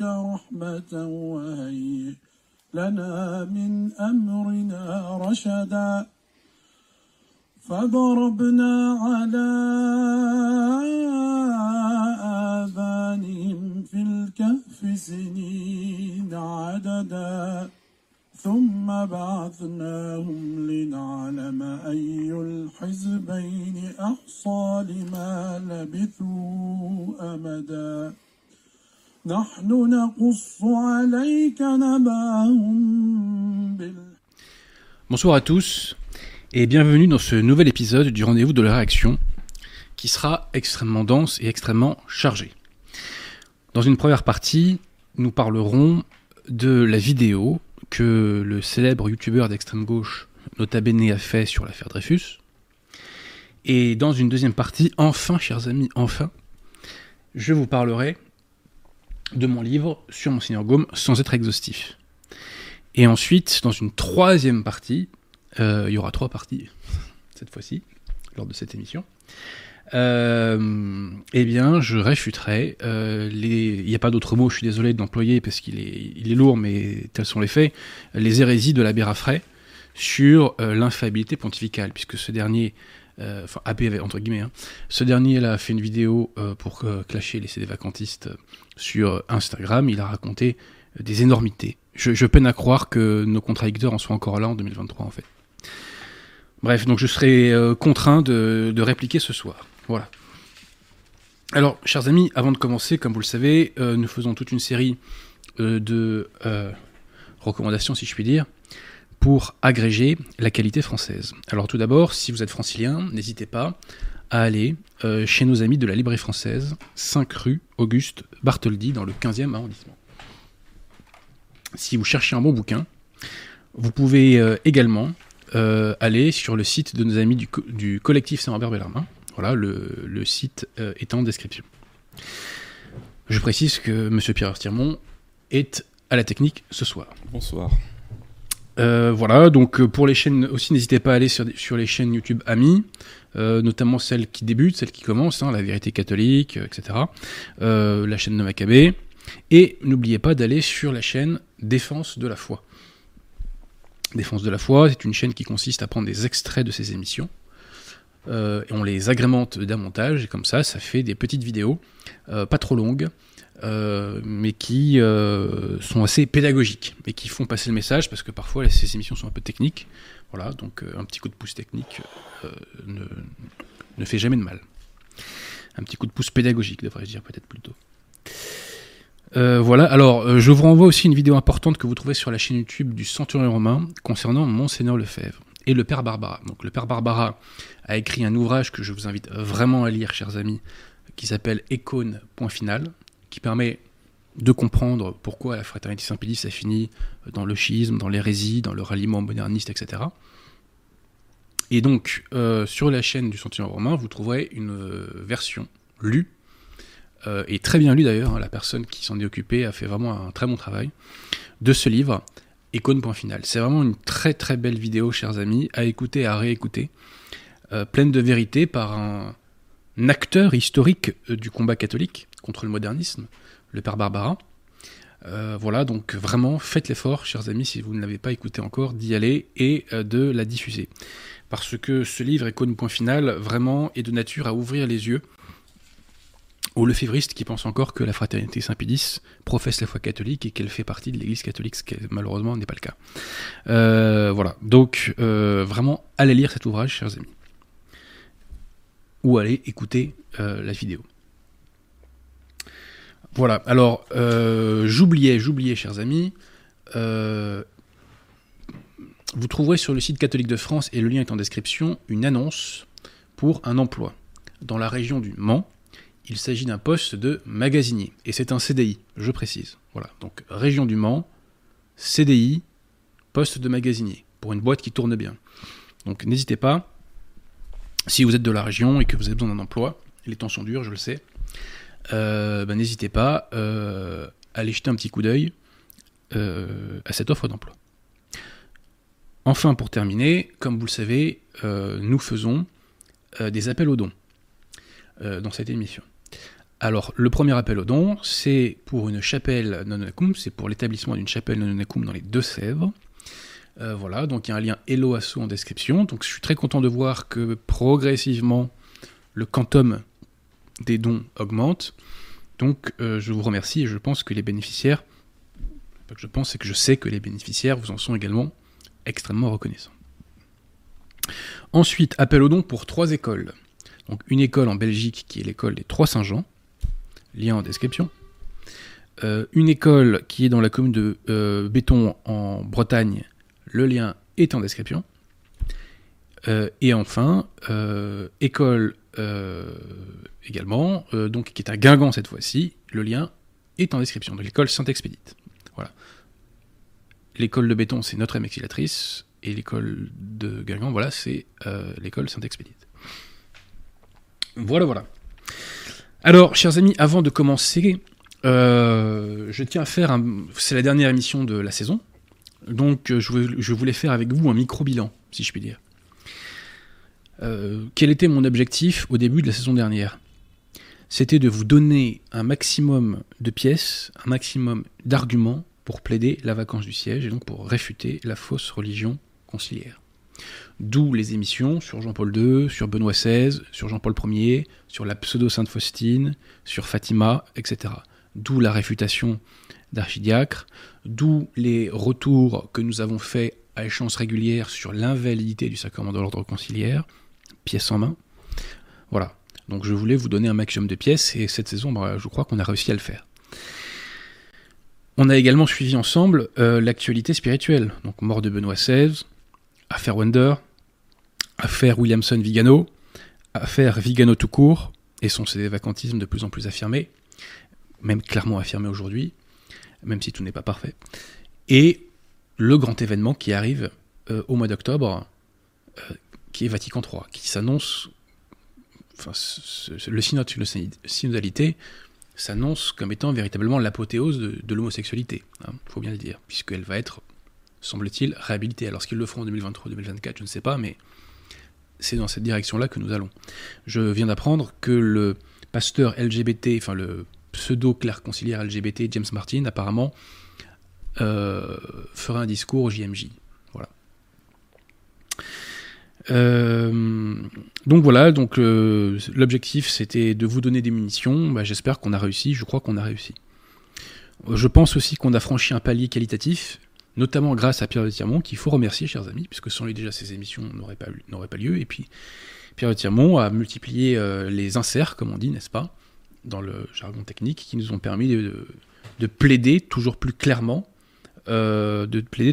رحمة وهيئ لنا من أمرنا رشدا فضربنا على آذانهم في الكهف سنين عددا ثم بعثناهم لنعلم أي الحزبين أحصى لما لبثوا أمدا نحن نقص عليك نبأهم Bonsoir à tous et bienvenue dans ce nouvel épisode du rendez-vous de la réaction qui sera extrêmement dense et extrêmement chargé. Dans une première partie, nous parlerons de la vidéo que le célèbre youtubeur d'extrême gauche Nota Bene a fait sur l'affaire Dreyfus. Et dans une deuxième partie, enfin, chers amis, enfin, je vous parlerai de mon livre sur Monseigneur Gaume sans être exhaustif. Et ensuite, dans une troisième partie, il y aura 3 parties cette fois-ci, lors de cette émission, eh bien, je réfuterai il n'y a pas d'autre mot, je suis désolé de l'employer parce qu'il est lourd, mais tels sont les faits, les hérésies de l'abbé Raffray sur l'infaillibilité pontificale, puisque ce dernier, enfin abbé entre guillemets, ce dernier là a fait une vidéo pour clasher les CD vacantistes sur Instagram. Il a raconté des énormités. Je peine à croire que nos contradicteurs en soient encore là en 2023 en fait. Bref, donc je serai contraint de répliquer ce soir. Voilà. Alors, chers amis, avant de commencer, comme vous le savez, nous faisons toute une série de recommandations, si je puis dire, pour agréger la qualité française. Alors tout d'abord, si vous êtes francilien, n'hésitez pas à aller chez nos amis de la Librairie Française, 5 rue Auguste Bartholdi, dans le 15e arrondissement. Si vous cherchez un bon bouquin, vous pouvez également aller sur le site de nos amis du collectif Saint-Robert-Bellarmin. Voilà, le site est en description. Je précise que M. Pierre Tirmont est à la technique ce soir. Bonsoir. Voilà, donc pour les chaînes aussi, n'hésitez pas à aller sur les chaînes YouTube amies, notamment celles qui débutent, celles qui commencent, La Vérité Catholique, etc. La chaîne de Maccabée. Et n'oubliez pas d'aller sur la chaîne Défense de la foi. Défense de la foi, c'est une chaîne qui consiste à prendre des extraits de ces émissions, et on les agrémente d'un montage, et comme ça fait des petites vidéos, pas trop longues, mais qui sont assez pédagogiques, et qui font passer le message, parce que parfois ces émissions sont un peu techniques, voilà, donc un petit coup de pouce technique ne fait jamais de mal. Un petit coup de pouce pédagogique, devrais-je dire peut-être plutôt. Voilà, alors je vous renvoie aussi une vidéo importante que vous trouvez sur la chaîne YouTube du Centurion romain concernant Monseigneur Lefebvre et le Père Barbara. Donc le Père Barbara a écrit un ouvrage que je vous invite vraiment à lire, chers amis, qui s'appelle Icône, point final, qui permet de comprendre pourquoi la Fraternité Saint-Pédis a fini dans le schisme, dans l'hérésie, dans le ralliement moderniste, etc. Et donc, sur la chaîne du Centurion romain, vous trouverez une version lue, et très bien lu d'ailleurs, la personne qui s'en est occupée a fait vraiment un très bon travail, de ce livre, Icône, point final. C'est vraiment une très très belle vidéo, chers amis, à écouter et à réécouter, pleine de vérité par un acteur historique du combat catholique contre le modernisme, le Père Barbara. Voilà, donc vraiment, faites l'effort, chers amis, si vous ne l'avez pas écouté encore, d'y aller et de la diffuser. Parce que ce livre, Icône, point final, vraiment est de nature à ouvrir les yeux aux lefévristes qui pensent encore que la Fraternité Saint-Pédis professe la foi catholique et qu'elle fait partie de l'Église catholique, ce qui malheureusement n'est pas le cas. Voilà, donc vraiment, allez lire cet ouvrage, chers amis. Ou allez écouter la vidéo. Voilà, alors, j'oubliais, chers amis, vous trouverez sur le site catholique de France, et le lien est en description, une annonce pour un emploi dans la région du Mans. Il s'agit d'un poste de magasinier, et c'est un CDI, je précise. Voilà, donc région du Mans, CDI, poste de magasinier, pour une boîte qui tourne bien. Donc n'hésitez pas, si vous êtes de la région et que vous avez besoin d'un emploi, les temps sont durs, je le sais, n'hésitez pas à aller jeter un petit coup d'œil à cette offre d'emploi. Enfin, pour terminer, comme vous le savez, nous faisons des appels aux dons dans cette émission. Alors, le premier appel aux dons, c'est pour une chapelle Nonnakum, c'est pour l'établissement d'une chapelle Nonnakum dans les Deux-Sèvres. Voilà, donc il y a un lien Hello Asso en description. Donc je suis très content de voir que progressivement, le quantum des dons augmente. Donc je vous remercie et je pense que les bénéficiaires, pas que je pense, c'est que je sais que les bénéficiaires vous en sont également extrêmement reconnaissants. Ensuite, appel aux dons pour 3 écoles. Donc une école en Belgique qui est l'école des Trois Saint-Jean, lien en description. Une école qui est dans la commune de Béton en Bretagne, le lien est en description. Et enfin, école également, donc qui est à Guingamp cette fois-ci, le lien est en description. Donc l'école Saint-Expédite. Voilà. L'école de Béton, c'est notre Exilatrice, et l'école de Guingamp, voilà, c'est l'école Saint-Expédite. Voilà. Alors, chers amis, avant de commencer, je tiens à faire c'est la dernière émission de la saison, donc je voulais faire avec vous un micro-bilan, si je puis dire. Quel était mon objectif au début de la saison dernière ? C'était de vous donner un maximum de pièces, un maximum d'arguments pour plaider la vacance du siège, et donc pour réfuter la fausse religion conciliaire. D'où les émissions sur Jean-Paul II, sur Benoît XVI, sur Jean-Paul Ier, sur la pseudo-Sainte Faustine, sur Fatima, etc. D'où la réfutation d'archidiacre, d'où les retours que nous avons faits à échéance régulière sur l'invalidité du sacrement de l'ordre conciliaire, pièce en main. Voilà. Donc je voulais vous donner un maximum de pièces, et cette saison, je crois qu'on a réussi à le faire. On a également suivi ensemble l'actualité spirituelle, donc mort de Benoît XVI, affaire Wender, affaire Williamson-Vigano, affaire Vigano tout court, et son vacantisme de plus en plus affirmé, même clairement affirmé aujourd'hui, même si tout n'est pas parfait, et le grand événement qui arrive au mois d'octobre, qui est Vatican III, qui s'annonce, enfin, le synode sur la synodalité s'annonce comme étant véritablement l'apothéose de l'homosexualité, faut bien le dire, puisqu'elle va être, semble-t-il, réhabilitée. Alors, ce qu'ils le feront en 2023 ou 2024, je ne sais pas, mais c'est dans cette direction-là que nous allons. Je viens d'apprendre que le pasteur LGBT, enfin le pseudo-clerc conciliaire LGBT, James Martin, apparemment, fera un discours au JMJ. Voilà. Donc voilà, l'objectif c'était de vous donner des munitions. J'espère qu'on a réussi, je crois qu'on a réussi. Je pense aussi qu'on a franchi un palier qualitatif, notamment grâce à Pierre de Tirmont, qu'il faut remercier, chers amis, puisque sans lui déjà ces émissions n'auraient pas lieu, et puis Pierre de Tirmont a multiplié les inserts, comme on dit, n'est-ce pas, dans le jargon technique, qui nous ont permis de plaider toujours plus clairement, la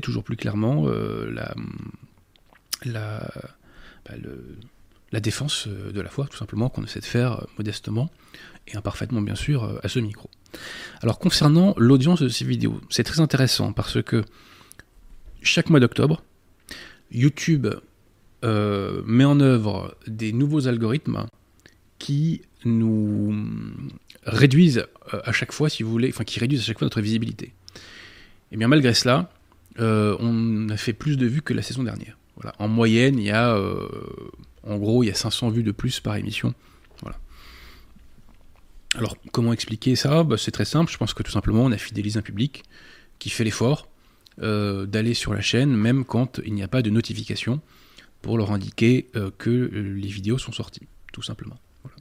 défense de la foi, tout simplement, qu'on essaie de faire modestement et imparfaitement, bien sûr, à ce micro. Alors, concernant l'audience de ces vidéos, c'est très intéressant parce que chaque mois d'octobre, YouTube met en œuvre des nouveaux algorithmes qui nous réduisent à chaque fois, si vous voulez, enfin qui réduisent à chaque fois notre visibilité. Et bien malgré cela, on a fait plus de vues que la saison dernière. Voilà. En moyenne, il y a en gros, il y a 500 vues de plus par émission. Voilà. Alors, comment expliquer ça ? C'est très simple, je pense que tout simplement, on a fidélisé un public qui fait l'effort d'aller sur la chaîne, même quand il n'y a pas de notification, pour leur indiquer que les vidéos sont sorties, tout simplement.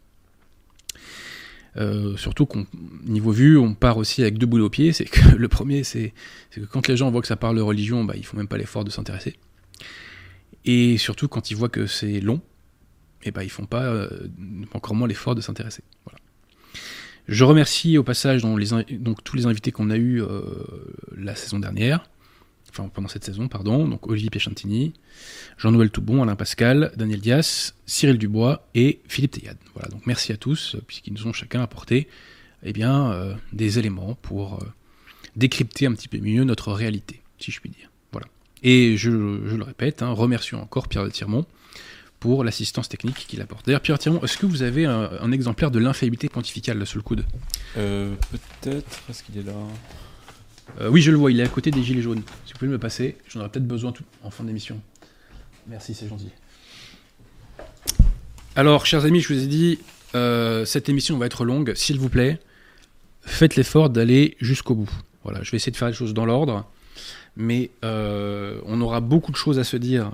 Voilà. Surtout qu'au niveau vue, on part aussi avec 2 boules aux pieds. C'est que le premier, c'est que quand les gens voient que ça parle de religion, ils font même pas l'effort de s'intéresser. Et surtout, quand ils voient que c'est long, ils font pas encore moins l'effort de s'intéresser. Voilà. Je remercie au passage donc tous les invités qu'on a eus la saison dernière, enfin pendant cette saison, pardon, donc Olivier Piachantini, Jean-Noël Toubon, Alain Pascal, Daniel Dias, Cyril Dubois et Philippe Théiade. Voilà, donc merci à tous, puisqu'ils nous ont chacun apporté des éléments pour décrypter un petit peu mieux notre réalité, si je puis dire. Voilà. Et je le répète, remercions encore Pierre de Tirmont pour l'assistance technique qu'il apporte. D'ailleurs, Pierre de Tirmont, est-ce que vous avez un exemplaire de l'infaillibilité pontificale là sous le coude ? Peut-être, est-ce qu'il est là ? Oui, je le vois, il est à côté des gilets jaunes. Si vous pouvez me le passer, j'en aurai peut-être besoin en fin d'émission. Merci, c'est gentil. Alors, chers amis, je vous ai dit, cette émission va être longue. S'il vous plaît, faites l'effort d'aller jusqu'au bout. Voilà, je vais essayer de faire les choses dans l'ordre, mais on aura beaucoup de choses à se dire.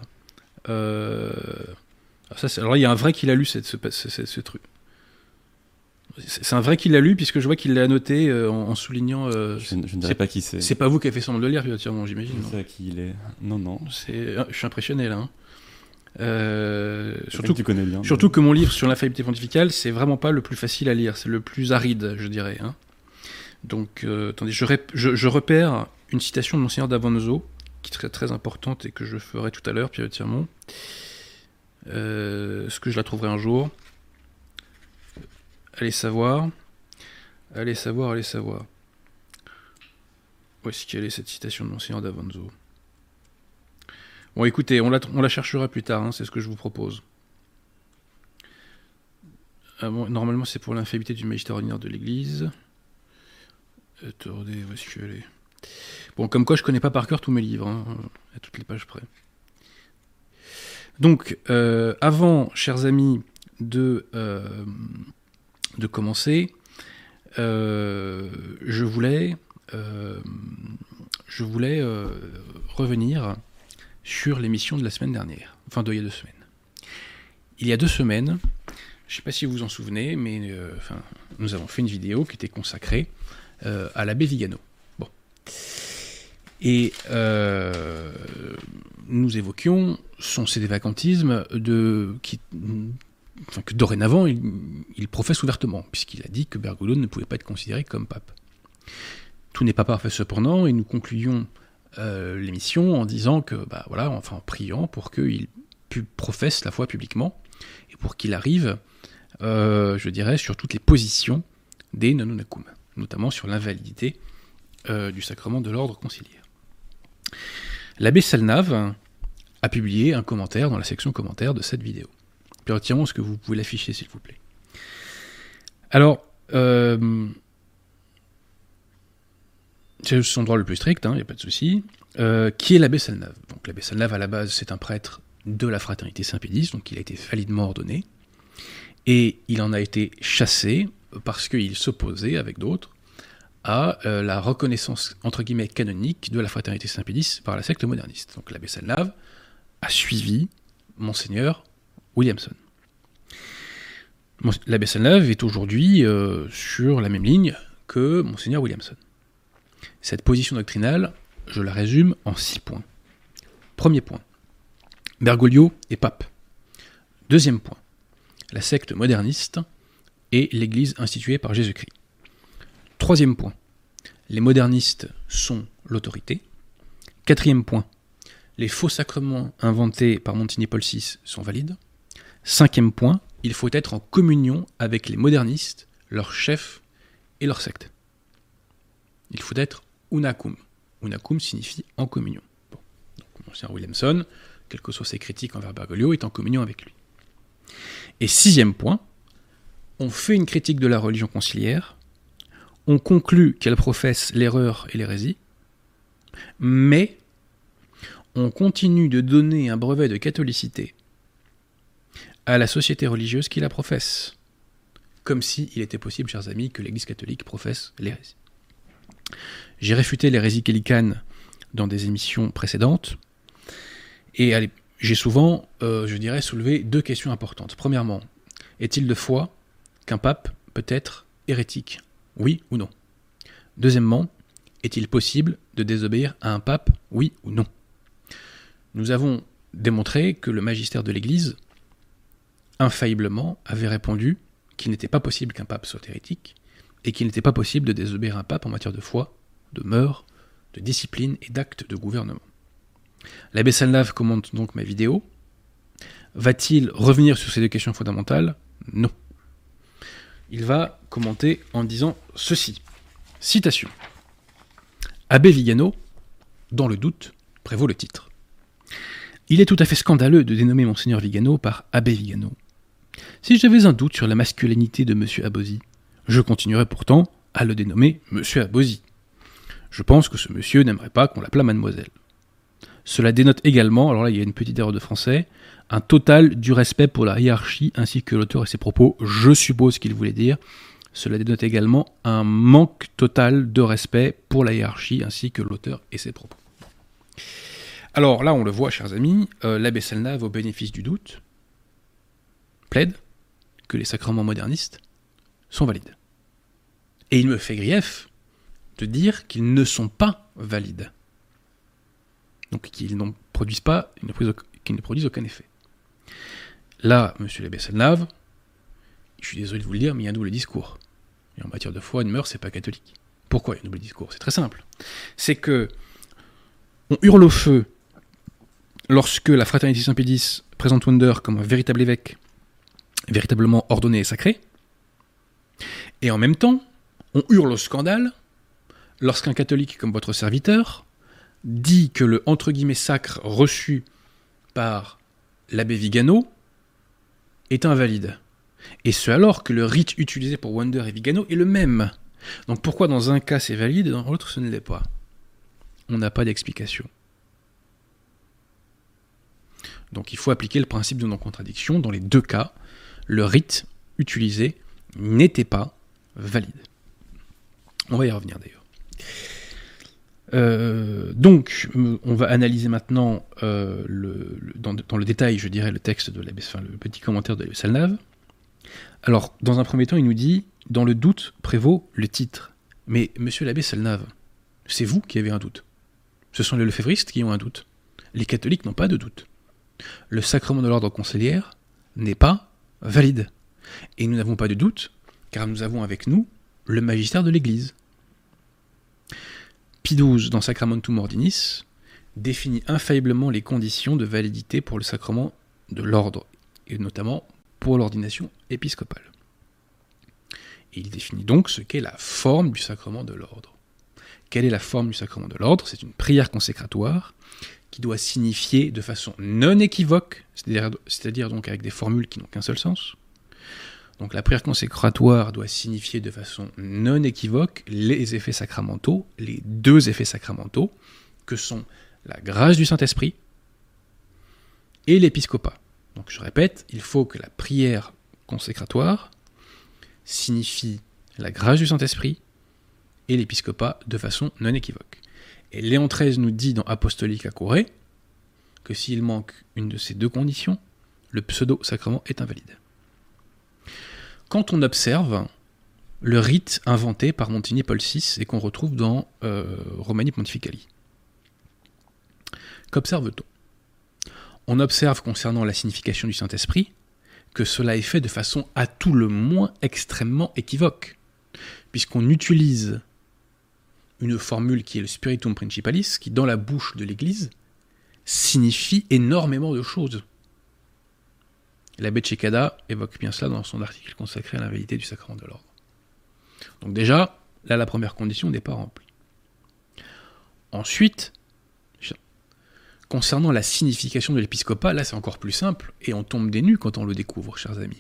Alors il y a un vrai qui l'a lu ce truc. C'est un vrai qui l'a lu, puisque je vois qu'il l'a annoté en soulignant... Je ne dirais pas qui c'est. C'est pas vous qui avez fait semblant de le lire, sûrement, j'imagine. Je sais à qui il est. Non. Je suis impressionné, là. Surtout que tu connais bien. Surtout que mon livre sur l'infaillibilité pontificale, c'est vraiment pas le plus facile à lire, c'est le plus aride, je dirais. Hein. Donc, attendez, je repère une citation de Monseigneur d'Avanzo, qui est très, très importante et que je ferai tout à l'heure, Pierre Tirmont. Est-ce que je la trouverai un jour ? Allez savoir. Où est-ce qu'elle est, cette citation de Monseigneur d'Avanzo ? Bon, écoutez, on la cherchera plus tard, hein, c'est ce que je vous propose. Ah bon, normalement, c'est pour l'infaillibilité du magistère ordinaire de l'Église. Attendez, où est-ce qu'elle est ? Bon, comme quoi, je connais pas par cœur tous mes livres, hein, à toutes les pages près. Donc, avant, chers amis, de commencer, je voulais revenir sur l'émission de la semaine dernière, enfin il y a 2 semaines. Il y a 2 semaines, je ne sais pas si vous vous en souvenez, mais nous avons fait une vidéo qui était consacrée à l'abbé Vigano. Bon. Et nous évoquions son sédévacantisme que dorénavant il professe ouvertement, puisqu'il a dit que Bergoglio ne pouvait pas être considéré comme pape. Tout n'est pas parfait cependant, et nous concluions l'émission en disant que, en priant pour qu'il professe la foi publiquement, et pour qu'il arrive, je dirais, sur toutes les positions des nononacum, notamment sur l'invalidité du sacrement de l'ordre conciliaire. L'abbé Salnave a publié un commentaire dans la section commentaires de cette vidéo. Pierre Tirmont, est-ce que vous pouvez l'afficher, s'il vous plaît ? Alors, c'est son droit le plus strict, il n'y a pas de souci. Qui est l'abbé Salnave ? Donc, l'abbé Salnave, à la base, c'est un prêtre de la fraternité Saint-Pédis, donc il a été validement ordonné, et il en a été chassé parce qu'il s'opposait, avec d'autres, à la reconnaissance, entre guillemets, canonique de la fraternité Saint-Pédis par la secte moderniste. Donc l'abbé Salnave a suivi Monseigneur Williamson. L'abbé Salnave est aujourd'hui sur la même ligne que Monseigneur Williamson. Cette position doctrinale, je la résume en 6 points. Premier point, Bergoglio est pape. Deuxième point, la secte moderniste est l'Église instituée par Jésus-Christ. Troisième point, les modernistes sont l'autorité. Quatrième point, les faux sacrements inventés par Monsignor Paul VI sont valides. Cinquième point, il faut être en communion avec les modernistes, leurs chefs et leur secte. Il faut être unacum. Unacum signifie en communion. Bon. Donc, Monseigneur Williamson, quelles que soient ses critiques envers Bergoglio, est en communion avec lui. Et sixième point, on fait une critique de la religion conciliaire, on conclut qu'elle professe l'erreur et l'hérésie, mais on continue de donner un brevet de catholicité à la société religieuse qui la professe, comme s'il était possible, chers amis, que l'Église catholique professe l'hérésie. J'ai réfuté l'hérésie gallicane dans des émissions précédentes, et j'ai souvent, soulevé 2 questions importantes. Premièrement, est-il de foi qu'un pape peut être hérétique ? Oui ou non ? Deuxièmement, est-il possible de désobéir à un pape ? Oui ou non ? Nous avons démontré que le magistère de l'Église, infailliblement, avait répondu qu'il n'était pas possible qu'un pape soit hérétique, et qu'il n'était pas possible de désobéir à un pape en matière de foi, de mœurs, de discipline et d'actes de gouvernement. L'abbé Salnave commente donc ma vidéo. Va-t-il revenir sur ces 2 questions fondamentales ? Non. Il va commenter en disant ceci. Citation. Abbé Vigano, dans le doute, prévaut le titre. Il est tout à fait scandaleux de dénommer Monseigneur Vigano par Abbé Vigano. Si j'avais un doute sur la masculinité de M. Abosi, je continuerais pourtant à le dénommer M. Abosi. Je pense que ce monsieur n'aimerait pas qu'on l'appelât mademoiselle. Cela dénote également, alors là il y a une petite erreur de français, un total du respect pour la hiérarchie ainsi que l'auteur et ses propos. Je suppose qu'il voulait dire. Cela dénote également un manque total de respect pour la hiérarchie ainsi que l'auteur et ses propos. Alors là, on le voit, chers amis, l'abbé Selnave, au bénéfice du doute, plaide que les sacrements modernistes sont valides. Et il me fait grief de dire qu'ils ne sont pas valides. Donc qu'ils ne produisent aucun effet. Là, monsieur l'abbé Selnave, je suis désolé de vous le dire, mais il y a un double discours. Et en matière de foi et de mœurs, c'est pas catholique. Pourquoi il y a un double discours ? C'est très simple. C'est que on hurle au feu lorsque la fraternité Saint-Pédis présente Wonder comme un véritable évêque, véritablement ordonné et sacré, et en même temps, on hurle au scandale lorsqu'un catholique comme votre serviteur dit que le entre guillemets sacre reçu par l'abbé Vigano est invalide. Et ce alors que le rite utilisé pour Wonder et Vigano est le même. Donc pourquoi dans un cas c'est valide et dans l'autre ce ne l'est pas ? On n'a pas d'explication. Donc il faut appliquer le principe de non-contradiction. Dans les deux cas, le rite utilisé n'était pas valide. On va y revenir d'ailleurs. Donc, on va analyser maintenant dans le détail, je dirais, le texte de l'abbé, le petit commentaire de l'abbé Selnave. Alors, dans un premier temps, il nous dit « Dans le doute prévaut le titre ». Mais, monsieur l'abbé Selnave, c'est vous qui avez un doute. Ce sont les lefévristes qui ont un doute. Les catholiques n'ont pas de doute. Le sacrement de l'ordre conciliaire n'est pas valide. Et nous n'avons pas de doute, car nous avons avec nous le magistère de l'Église. Pie XII, dans Sacramentum Ordinis, définit infailliblement les conditions de validité pour le sacrement de l'ordre, et notamment pour l'ordination épiscopale. Et il définit donc ce qu'est la forme du sacrement de l'ordre. Quelle est la forme du sacrement de l'ordre ? C'est une prière consécratoire qui doit signifier de façon non équivoque, c'est-à-dire donc avec des formules qui n'ont qu'un seul sens. Donc la prière consécratoire doit signifier de façon non équivoque les effets sacramentaux, les deux effets sacramentaux, que sont la grâce du Saint-Esprit et l'épiscopat. Donc je répète, il faut que la prière consécratoire signifie la grâce du Saint-Esprit et l'épiscopat de façon non équivoque. Et Léon XIII nous dit dans Apostolica Curae que s'il manque une de ces deux conditions, le pseudo-sacrement est invalide. Quand on observe le rite inventé par Montigny Paul VI et qu'on retrouve dans Romani Pontificali, qu'observe-t-on ? On observe concernant la signification du Saint-Esprit que cela est fait de façon à tout le moins extrêmement équivoque, puisqu'on utilise une formule qui est le Spiritum Principalis, qui dans la bouche de l'Église signifie énormément de choses. L'abbé Cecada évoque bien cela dans son article consacré à l'invalidité du sacrement de l'ordre. Donc déjà, là la première condition n'est pas remplie. Ensuite, concernant la signification de l'épiscopat, là c'est encore plus simple, et on tombe des nues quand on le découvre, chers amis.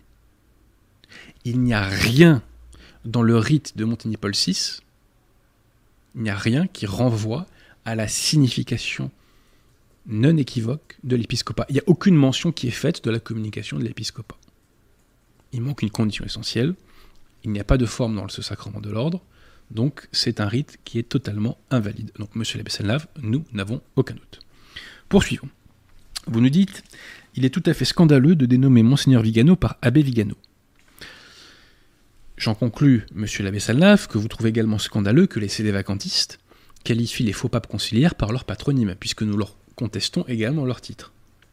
Il n'y a rien dans le rite de Montigny Paul VI, il n'y a rien qui renvoie à la signification non équivoque de l'épiscopat. Il n'y a aucune mention qui est faite de la communication de l'épiscopat. Il manque une condition essentielle, il n'y a pas de forme dans ce sacrement de l'ordre, donc c'est un rite qui est totalement invalide. Donc monsieur l'abbé Selnave, nous n'avons aucun doute. Poursuivons. Vous nous dites, il est tout à fait scandaleux de dénommer Monseigneur Vigano par abbé Vigano. J'en conclus, monsieur l'abbé Selnave, que vous trouvez également scandaleux que les sédévacantistes qualifient les faux papes conciliaires par leur patronyme, puisque nous leur contestons également leur titre.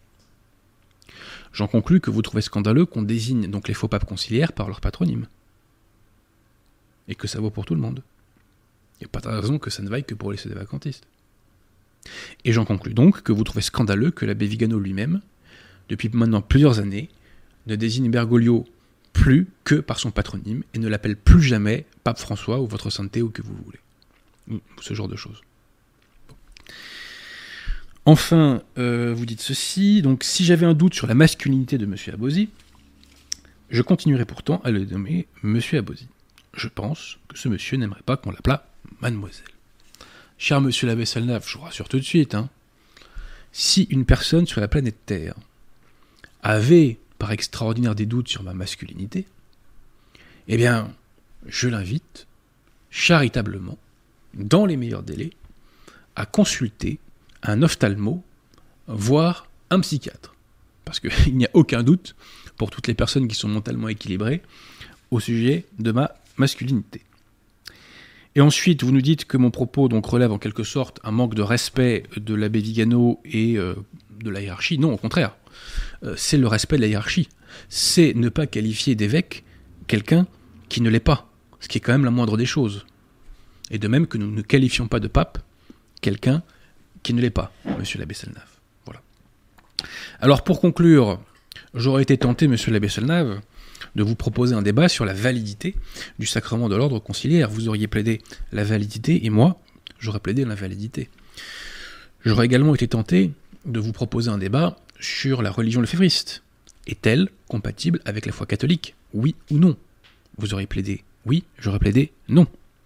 J'en conclus que vous trouvez scandaleux qu'on désigne donc les faux papes conciliaires par leur patronyme. Et que ça vaut pour tout le monde. Il n'y a pas de raison que ça ne vaille que pour les sédévacantistes. Et j'en conclus donc que vous trouvez scandaleux que l'abbé Vigano lui-même, depuis maintenant plusieurs années, ne désigne Bergoglio plus que par son patronyme et ne l'appelle plus jamais Pape François ou votre sainteté ou que vous voulez. Ou ce genre de choses. Bon. Enfin, vous dites ceci, donc si j'avais un doute sur la masculinité de M. Abosi, je continuerai pourtant à le nommer M. Abosi. Je pense que ce monsieur n'aimerait pas qu'on l'appelât mademoiselle. Cher monsieur l'abbé Selnave, je vous rassure tout de suite, Si une personne sur la planète Terre avait, par extraordinaire des doutes sur ma masculinité, eh bien, je l'invite charitablement, dans les meilleurs délais, à consulter un ophtalmo, voire un psychiatre. Parce qu'il n'y a aucun doute, pour toutes les personnes qui sont mentalement équilibrées, au sujet de ma masculinité. Et ensuite, vous nous dites que mon propos donc relève en quelque sorte un manque de respect de l'abbé Vigano et de la hiérarchie. Non, au contraire. C'est le respect de la hiérarchie. C'est ne pas qualifier d'évêque quelqu'un qui ne l'est pas. Ce qui est quand même la moindre des choses. Et de même que nous ne qualifions pas de pape quelqu'un qui ne l'est pas, monsieur l'abbé Selnave. Voilà. Alors pour conclure, j'aurais été tenté, monsieur l'abbé Selnave, de vous proposer un débat sur la validité du sacrement de l'ordre conciliaire. Vous auriez plaidé la validité, et moi, j'aurais plaidé l'invalidité. J'aurais également été tenté de vous proposer un débat sur la religion lefévriste. Est-elle compatible avec la foi catholique? Oui ou non? Vous auriez plaidé oui, j'aurais plaidé non.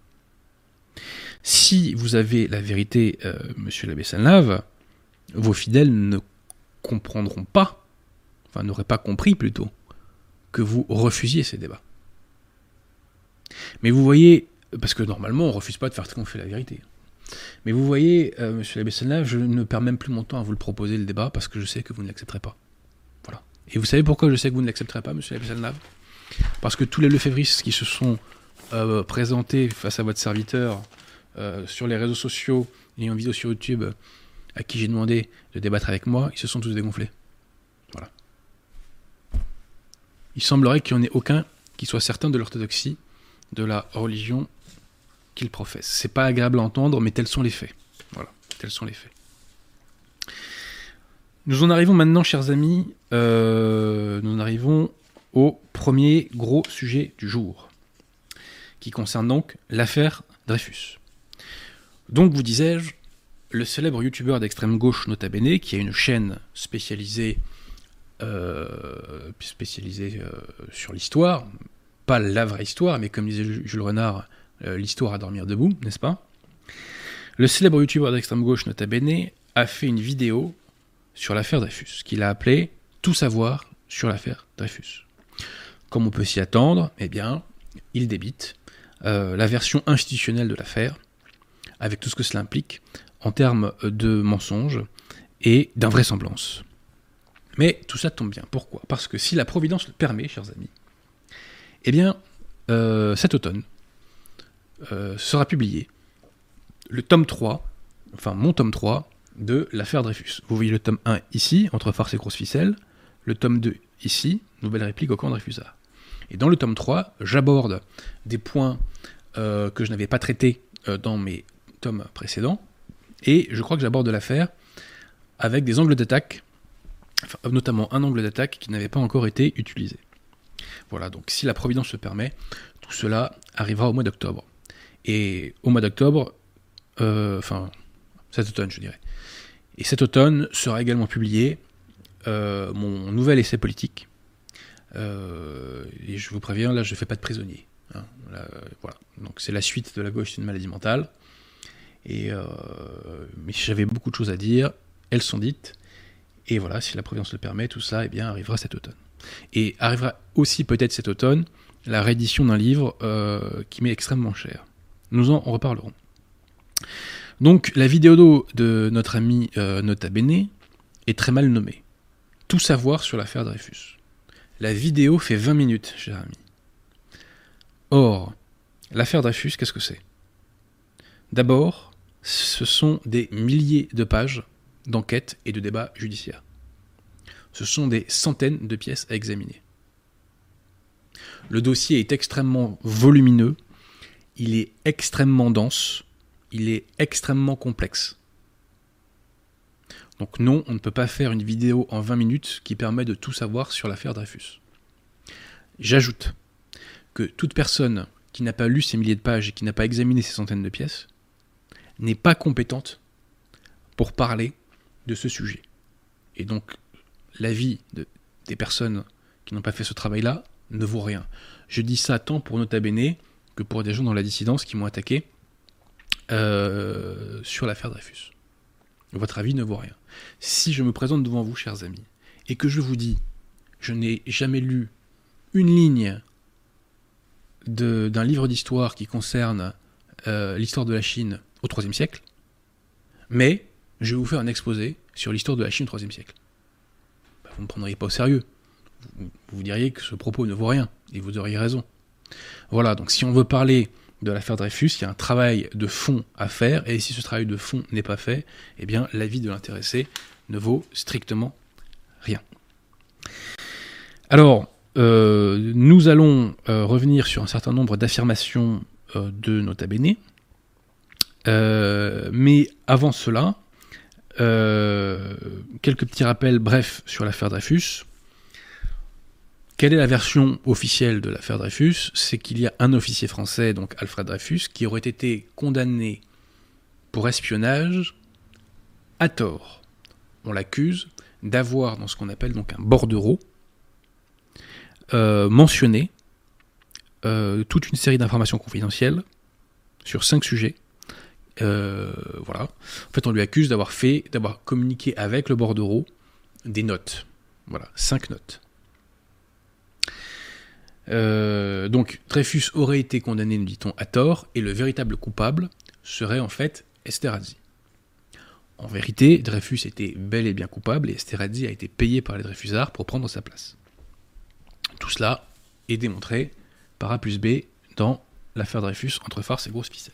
Si vous avez la vérité, monsieur l'abbé Selnave, vos fidèles ne comprendront pas, enfin n'auraient pas compris plutôt, que vous refusiez ces débats. Mais vous voyez, parce que normalement on ne refuse pas de faire triompher la vérité. Mais vous voyez, monsieur l'abbé Selnave, je ne perds même plus mon temps à vous le proposer le débat parce que je sais que vous ne l'accepterez pas. Voilà. Et vous savez pourquoi je sais que vous ne l'accepterez pas, monsieur l'abbé Selnave? Parce que tous les lefévristes qui se sont présentés face à votre serviteur sur les réseaux sociaux et en vidéo sur YouTube, à qui j'ai demandé de débattre avec moi, ils se sont tous dégonflés. Voilà. Il semblerait qu'il n'y en ait aucun qui soit certain de l'orthodoxie de la religion qu'ils professent. C'est pas agréable à entendre, mais tels sont les faits. Voilà, tels sont les faits. Nous en arrivons maintenant, chers amis, nous en arrivons au premier gros sujet du jour, qui concerne donc l'affaire Dreyfus. Donc, vous disais-je, le célèbre youtubeur d'extrême gauche Nota Bene, qui a une chaîne spécialisée sur l'histoire, pas la vraie histoire, mais comme disait Jules Renard, l'histoire à dormir debout, n'est-ce pas? Le célèbre youtubeur d'extrême gauche Nota Bene a fait une vidéo sur l'affaire Dreyfus, qu'il a appelée « Tout savoir sur l'affaire Dreyfus ». Comme on peut s'y attendre, eh bien, il débite la version institutionnelle de l'affaire, avec tout ce que cela implique, en termes de mensonges et d'invraisemblances. Mais tout ça tombe bien. Pourquoi? Parce que si la Providence le permet, chers amis, eh bien, cet automne, sera publié le tome 3, enfin mon tome 3, de l'affaire Dreyfus. Vous voyez le tome 1 ici, entre farce et grosse ficelle, le tome 2 ici, nouvelle réplique au camp Dreyfusard. Et dans le tome 3, j'aborde des points que je n'avais pas traités dans mes tomes précédents, et je crois que j'aborde l'affaire avec des angles d'attaque, enfin, notamment un angle d'attaque qui n'avait pas encore été utilisé. Voilà, donc si la Providence le permet, tout cela arrivera au mois d'octobre. Et au mois d'octobre, cet automne je dirais. Et cet automne sera également publié mon nouvel essai politique. Et je vous préviens, là je ne fais pas de prisonnier. Hein, là, voilà. Donc c'est la suite de La gauche, c'est une maladie mentale. Et mais j'avais beaucoup de choses à dire, elles sont dites. Et voilà, si la Providence le permet, tout ça arrivera cet automne. Et arrivera aussi peut-être cet automne la réédition d'un livre qui m'est extrêmement cher. Nous en reparlerons. Donc la vidéo de notre ami Nota Bene est très mal nommée. Tout savoir sur l'affaire Dreyfus. La vidéo fait 20 minutes, cher ami. Or, l'affaire Dreyfus, qu'est-ce que c'est? D'abord, ce sont des milliers de pages d'enquêtes et de débats judiciaires. Ce sont des centaines de pièces à examiner. Le dossier est extrêmement volumineux, il est extrêmement dense, il est extrêmement complexe. Donc non, on ne peut pas faire une vidéo en 20 minutes qui permet de tout savoir sur l'affaire Dreyfus. J'ajoute que toute personne qui n'a pas lu ces milliers de pages et qui n'a pas examiné ces centaines de pièces n'est pas compétente pour parler de ce sujet. Et donc, l'avis des personnes qui n'ont pas fait ce travail-là ne vaut rien. Je dis ça tant pour Nota Bene que pour des gens dans la dissidence qui m'ont attaqué sur l'affaire Dreyfus. votre avis ne vaut rien. Si je me présente devant vous, chers amis, et que je vous dis, je n'ai jamais lu une ligne d'un livre d'histoire qui concerne l'histoire de la Chine au IIIe siècle, mais je vais vous faire un exposé sur l'histoire de la Chine au IIIe siècle. Vous ne me prendriez pas au sérieux. Vous diriez que ce propos ne vaut rien, et vous auriez raison. Voilà, donc si on veut parler de l'affaire Dreyfus, il y a un travail de fond à faire, et si ce travail de fond n'est pas fait, eh bien l'avis de l'intéressé ne vaut strictement rien. Alors, nous allons revenir sur un certain nombre d'affirmations de Nota Bene, mais avant cela, quelques petits rappels brefs sur l'affaire Dreyfus. Quelle est la version officielle de l'affaire Dreyfus? C'est qu'il y a un officier français, donc Alfred Dreyfus, qui aurait été condamné pour espionnage à tort. On l'accuse d'avoir, dans ce qu'on appelle donc un bordereau, mentionné toute une série d'informations confidentielles sur 5 sujets. Voilà. En fait, on lui accuse d'avoir communiqué avec le bordereau des notes. Voilà, 5 notes. Donc Dreyfus aurait été condamné, nous dit-on, à tort, et le véritable coupable serait en fait Esterhazy. En vérité, Dreyfus était bel et bien coupable, et Esterhazy a été payé par les Dreyfusards pour prendre sa place. Tout cela est démontré par A plus B dans l'affaire Dreyfus, entre farce et grosse ficelle.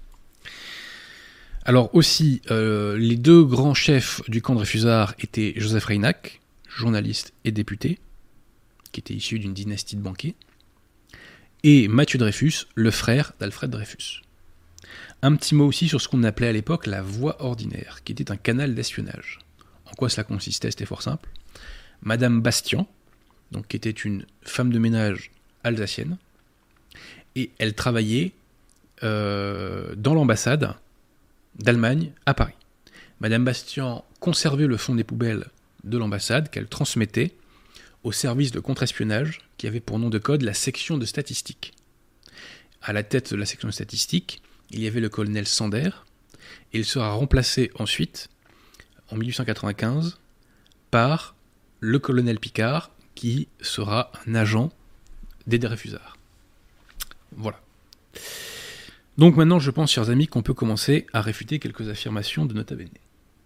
Alors aussi, les 2 grands chefs du camp Dreyfusard étaient Joseph Reinach, journaliste et député, qui était issu d'une dynastie de banquiers, et Mathieu Dreyfus, le frère d'Alfred Dreyfus. Un petit mot aussi sur ce qu'on appelait à l'époque la voie ordinaire, qui était un canal d'espionnage. En quoi cela consistait? C'était fort simple. Madame Bastian, donc, qui était une femme de ménage alsacienne, et elle travaillait dans l'ambassade d'Allemagne à Paris. Madame Bastian conservait le fond des poubelles de l'ambassade qu'elle transmettait au service de contre-espionnage qui avait pour nom de code la section de statistiques. À la tête de la section de statistiques, il y avait le colonel Sander, et il sera remplacé ensuite, en 1895, par le colonel Picard, qui sera un agent des Dreyfusards. Voilà. Donc maintenant, je pense, chers amis, qu'on peut commencer à réfuter quelques affirmations de Nota Bene.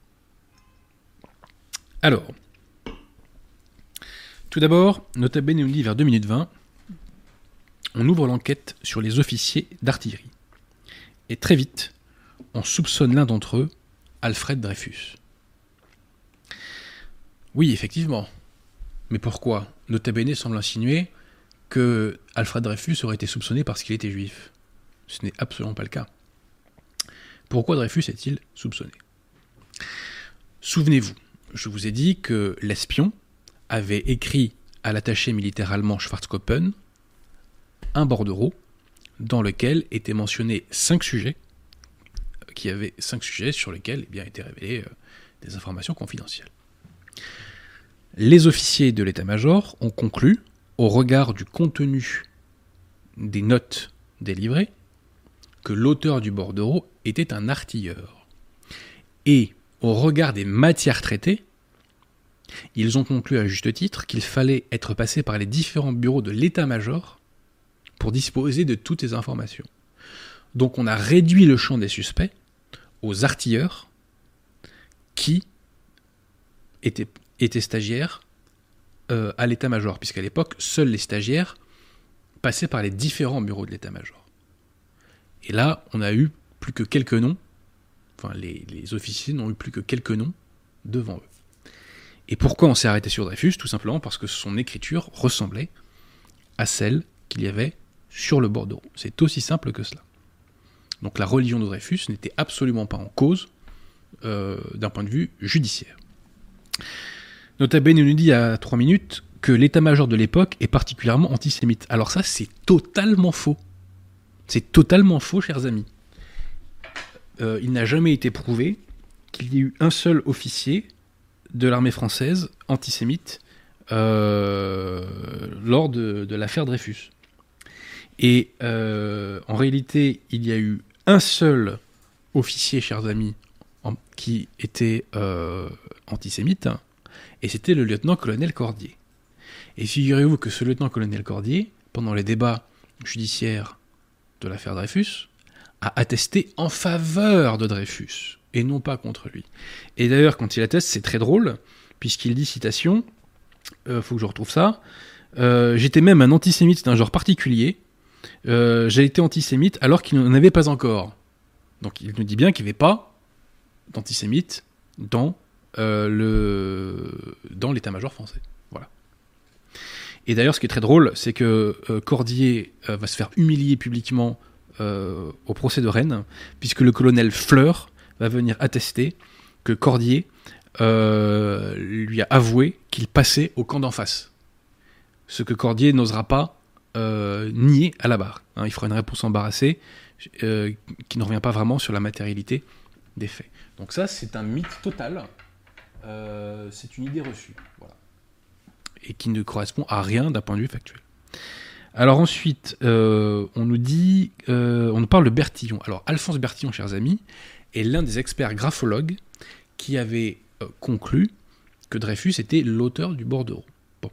Alors, tout d'abord, Nota Bene nous dit vers 2 minutes 20, on ouvre l'enquête sur les officiers d'artillerie. Et très vite, on soupçonne l'un d'entre eux, Alfred Dreyfus. Oui, effectivement. Mais pourquoi? Nota Bene semble insinuer que Alfred Dreyfus aurait été soupçonné parce qu'il était juif. Ce n'est absolument pas le cas. Pourquoi Dreyfus est-il soupçonné? Souvenez-vous, je vous ai dit que l'espion avait écrit à l'attaché militaire allemand Schwarzkoppen un bordereau dans lequel étaient mentionnés 5 sujets, sur lesquels étaient révélées des informations confidentielles. Les officiers de l'état-major ont conclu, au regard du contenu des notes délivrées, que l'auteur du bordereau était un artilleur. Et, au regard des matières traitées, ils ont conclu à juste titre qu'il fallait être passé par les différents bureaux de l'état-major pour disposer de toutes les informations. Donc on a réduit le champ des suspects aux artilleurs qui étaient stagiaires à l'état-major, puisqu'à l'époque, seuls les stagiaires passaient par les différents bureaux de l'état-major. Et là, on a eu plus que quelques noms, enfin les officiers n'ont eu plus que quelques noms devant eux. Et pourquoi on s'est arrêté sur Dreyfus? Tout simplement parce que son écriture ressemblait à celle qu'il y avait sur le bordereau. C'est aussi simple que cela. Donc la religion de Dreyfus n'était absolument pas en cause d'un point de vue judiciaire. Nota Bene nous dit à 3 minutes que l'état-major de l'époque est particulièrement antisémite. Alors ça, c'est totalement faux. C'est totalement faux, chers amis. Il n'a jamais été prouvé qu'il y ait eu un seul officier de l'armée française antisémite lors de l'affaire Dreyfus. Et en réalité, il y a eu un seul officier, chers amis, qui était antisémite, et c'était le lieutenant-colonel Cordier. Et figurez-vous que ce lieutenant-colonel Cordier, pendant les débats judiciaires de l'affaire Dreyfus, a attesté en faveur de Dreyfus, et non pas contre lui. Et d'ailleurs, quand il atteste, c'est très drôle, puisqu'il dit, citation, faut que je retrouve ça, j'étais même un antisémite d'un genre particulier, j'ai été antisémite alors qu'il n'en avait pas encore. Donc il nous dit bien qu'il n'y avait pas d'antisémite dans l'état-major français. Voilà. Et d'ailleurs, ce qui est très drôle, c'est que Cordier va se faire humilier publiquement au procès de Rennes, puisque le colonel Fleur va venir attester que Cordier lui a avoué qu'il passait au camp d'en face. Ce que Cordier n'osera pas nier à la barre. Hein, il fera une réponse embarrassée qui ne revient pas vraiment sur la matérialité des faits. Donc ça, c'est un mythe total. C'est une idée reçue. Voilà. Et qui ne correspond à rien d'un point de vue factuel. Alors ensuite, on nous parle de Bertillon. Alors Alphonse Bertillon, chers amis, est l'un des experts graphologues qui avait conclu que Dreyfus était l'auteur du bordereau. Bon.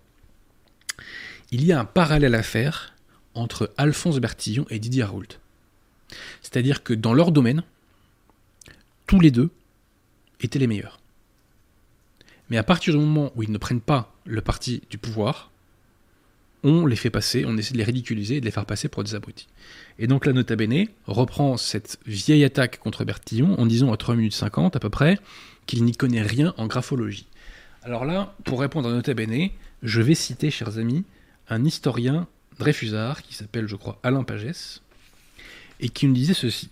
Il y a un parallèle à faire entre Alphonse Bertillon et Didier Raoult. C'est-à-dire que dans leur domaine, tous les deux étaient les meilleurs. Mais à partir du moment où ils ne prennent pas le parti du pouvoir, on les fait passer, on essaie de les ridiculiser et de les faire passer pour des abrutis. Et donc la Nota Bene reprend cette vieille attaque contre Bertillon en disant à 3 minutes 50 à peu près qu'il n'y connaît rien en graphologie. Alors là, pour répondre à Nota Bene, je vais citer, chers amis, un historien dreyfusard qui s'appelle, je crois, Alain Pagès, et qui nous disait ceci.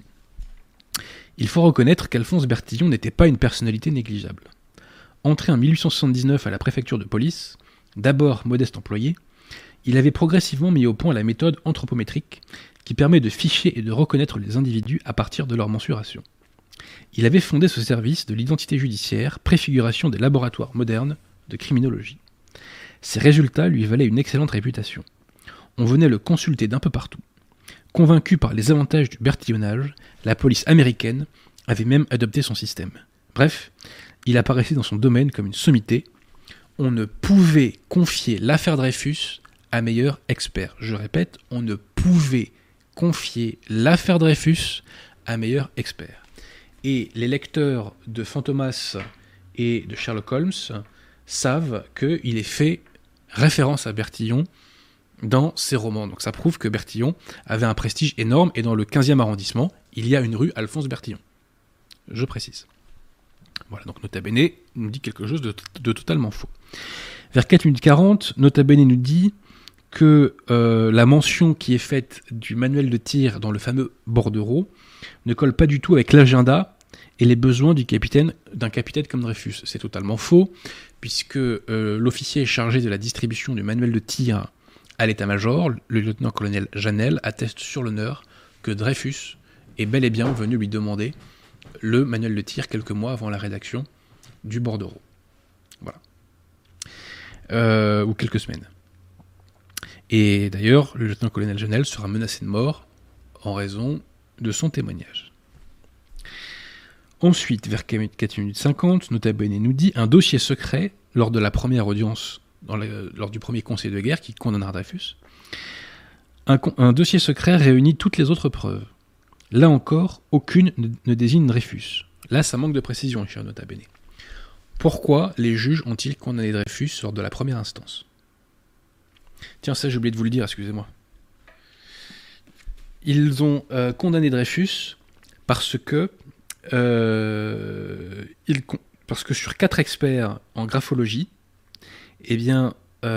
Il faut reconnaître qu'Alphonse Bertillon n'était pas une personnalité négligeable. Entré en 1879 à la préfecture de police, d'abord modeste employé, il avait progressivement mis au point la méthode anthropométrique qui permet de ficher et de reconnaître les individus à partir de leur mensuration. Il avait fondé ce service de l'identité judiciaire, préfiguration des laboratoires modernes de criminologie. Ses résultats lui valaient une excellente réputation. On venait le consulter d'un peu partout. Convaincu par les avantages du bertillonnage, la police américaine avait même adopté son système. Bref, il apparaissait dans son domaine comme une sommité. On ne pouvait confier l'affaire Dreyfus à meilleur expert. Je répète, on ne pouvait confier l'affaire Dreyfus à meilleur expert. Et les lecteurs de Fantomas et de Sherlock Holmes savent qu'il est fait référence à Bertillon dans ses romans. Donc ça prouve que Bertillon avait un prestige énorme, et dans le 15e arrondissement, il y a une rue Alphonse Bertillon. Je précise. Voilà, donc Nota Bene nous dit quelque chose de totalement faux. Vers 4 minutes 40, Nota Bene nous dit que la mention qui est faite du manuel de tir dans le fameux bordereau ne colle pas du tout avec l'agenda et les besoins d'un capitaine comme Dreyfus. C'est totalement faux, puisque l'officier chargé de la distribution du manuel de tir à l'état-major, le lieutenant-colonel Janel, atteste sur l'honneur que Dreyfus est bel et bien venu lui demander le manuel de tir quelques mois avant la rédaction du bordereau. Voilà. Ou quelques semaines. Et d'ailleurs, le lieutenant-colonel Janel sera menacé de mort en raison de son témoignage. Ensuite, vers 4 minutes 50, Nota Bene nous dit un dossier secret lors de la première audience, lors du premier conseil de guerre qui condamnera Dreyfus. Un dossier secret réunit toutes les autres preuves. Là encore, aucune ne désigne Dreyfus. Là, ça manque de précision, cher Nota Bene. Pourquoi les juges ont-ils condamné Dreyfus lors de la première instance ? Tiens, ça j'ai oublié de vous le dire, excusez-moi. Ils ont condamné Dreyfus parce que sur 4 experts en graphologie, eh bien,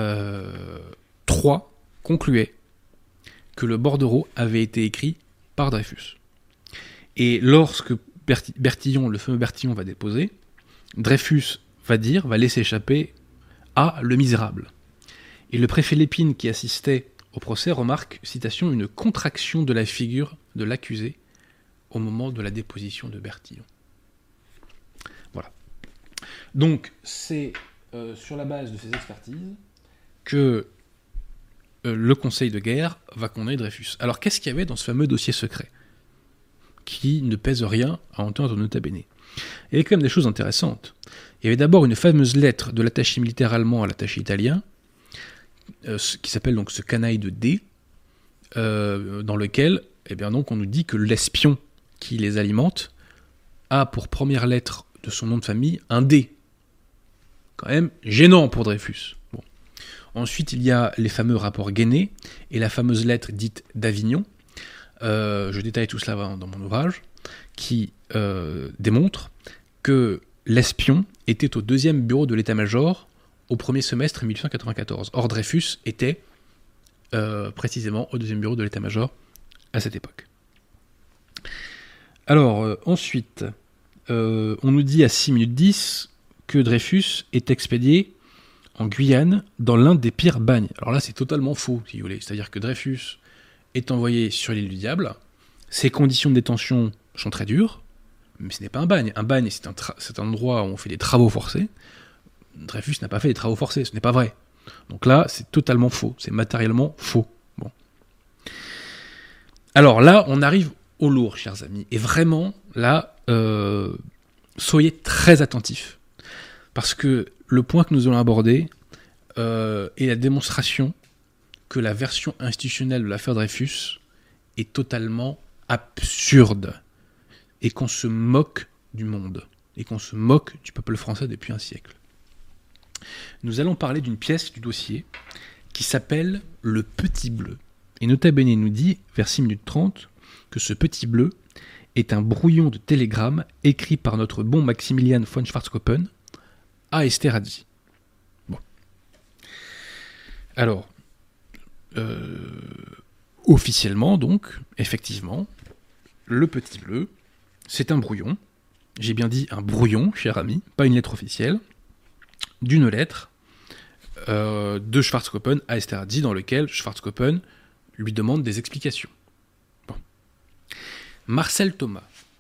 3 concluaient que le bordereau avait été écrit par Dreyfus. Et lorsque Bertillon, le fameux Bertillon, va déposer, Dreyfus va laisser échapper « Ah, le misérable ». Et le préfet Lépine, qui assistait au procès, remarque, citation, une contraction de la figure de l'accusé au moment de la déposition de Bertillon. Voilà. Donc, c'est sur la base de ces expertises que le conseil de guerre va condamner Dreyfus. Alors, qu'est-ce qu'il y avait dans ce fameux dossier secret qui ne pèse rien à entendre Nota Bene ? il y avait quand même des choses intéressantes. Il y avait d'abord une fameuse lettre de l'attaché militaire allemand à l'attaché italien, qui s'appelle donc ce canaille de D, dans lequel donc, on nous dit que l'espion qui les alimente a pour première lettre de son nom de famille un D. Quand même gênant pour Dreyfus. Bon. Ensuite, il y a les fameux rapports Guéné et la fameuse lettre dite d'Avignon. Je détaille tout cela dans mon ouvrage, qui démontre que l'espion était au 2e bureau de l'état-major au 1er semestre 1894. Or, Dreyfus était précisément au 2e bureau de l'état-major à cette époque. Alors, ensuite, on nous dit à 6 minutes 10 que Dreyfus est expédié en Guyane dans l'un des pires bagnes. Alors là, c'est totalement faux, si vous voulez. C'est-à-dire que Dreyfus est envoyé sur l'île du Diable. Ses conditions de détention sont très dures, mais ce n'est pas un bagne. Un bagne, c'est un endroit où on fait des travaux forcés. Dreyfus n'a pas fait des travaux forcés, ce n'est pas vrai. Donc là, c'est totalement faux. C'est matériellement faux. Bon. Alors là, on arrive au lourd, chers amis. Et vraiment, là, soyez très attentifs. Parce que le point que nous allons aborder est la démonstration que la version institutionnelle de l'affaire Dreyfus est totalement absurde. Et qu'on se moque du monde. Et qu'on se moque du peuple français depuis un siècle. Nous allons parler d'une pièce du dossier qui s'appelle « Le Petit Bleu ». Et Nota Bene nous dit, vers 6 minutes 30, que ce Petit Bleu est un brouillon de télégramme écrit par notre bon Maximilian von Schwarzkoppen à Esterhazy. Bon. Alors, officiellement donc, effectivement, Le Petit Bleu, c'est un brouillon. J'ai bien dit un brouillon, cher ami, pas une lettre officielle, d'une lettre de Schwarzkoppen à Esterhazy, dans lequel Schwarzkoppen lui demande des explications. Bon. Marcel Thomas,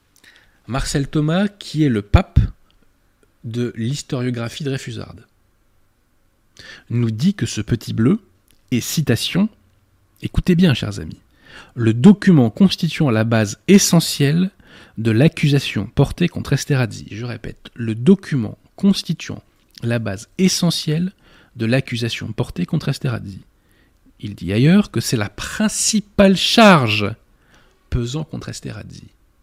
qui est le pape de l'historiographie dreyfusarde, nous dit que ce Petit Bleu est, citation, écoutez bien, chers amis, le document constituant la base essentielle de l'accusation portée contre Esterhazy. Je répète, le document constituant la base essentielle de l'accusation portée contre Esterhazy. Il dit ailleurs que c'est la principale charge pesant contre Esterhazy.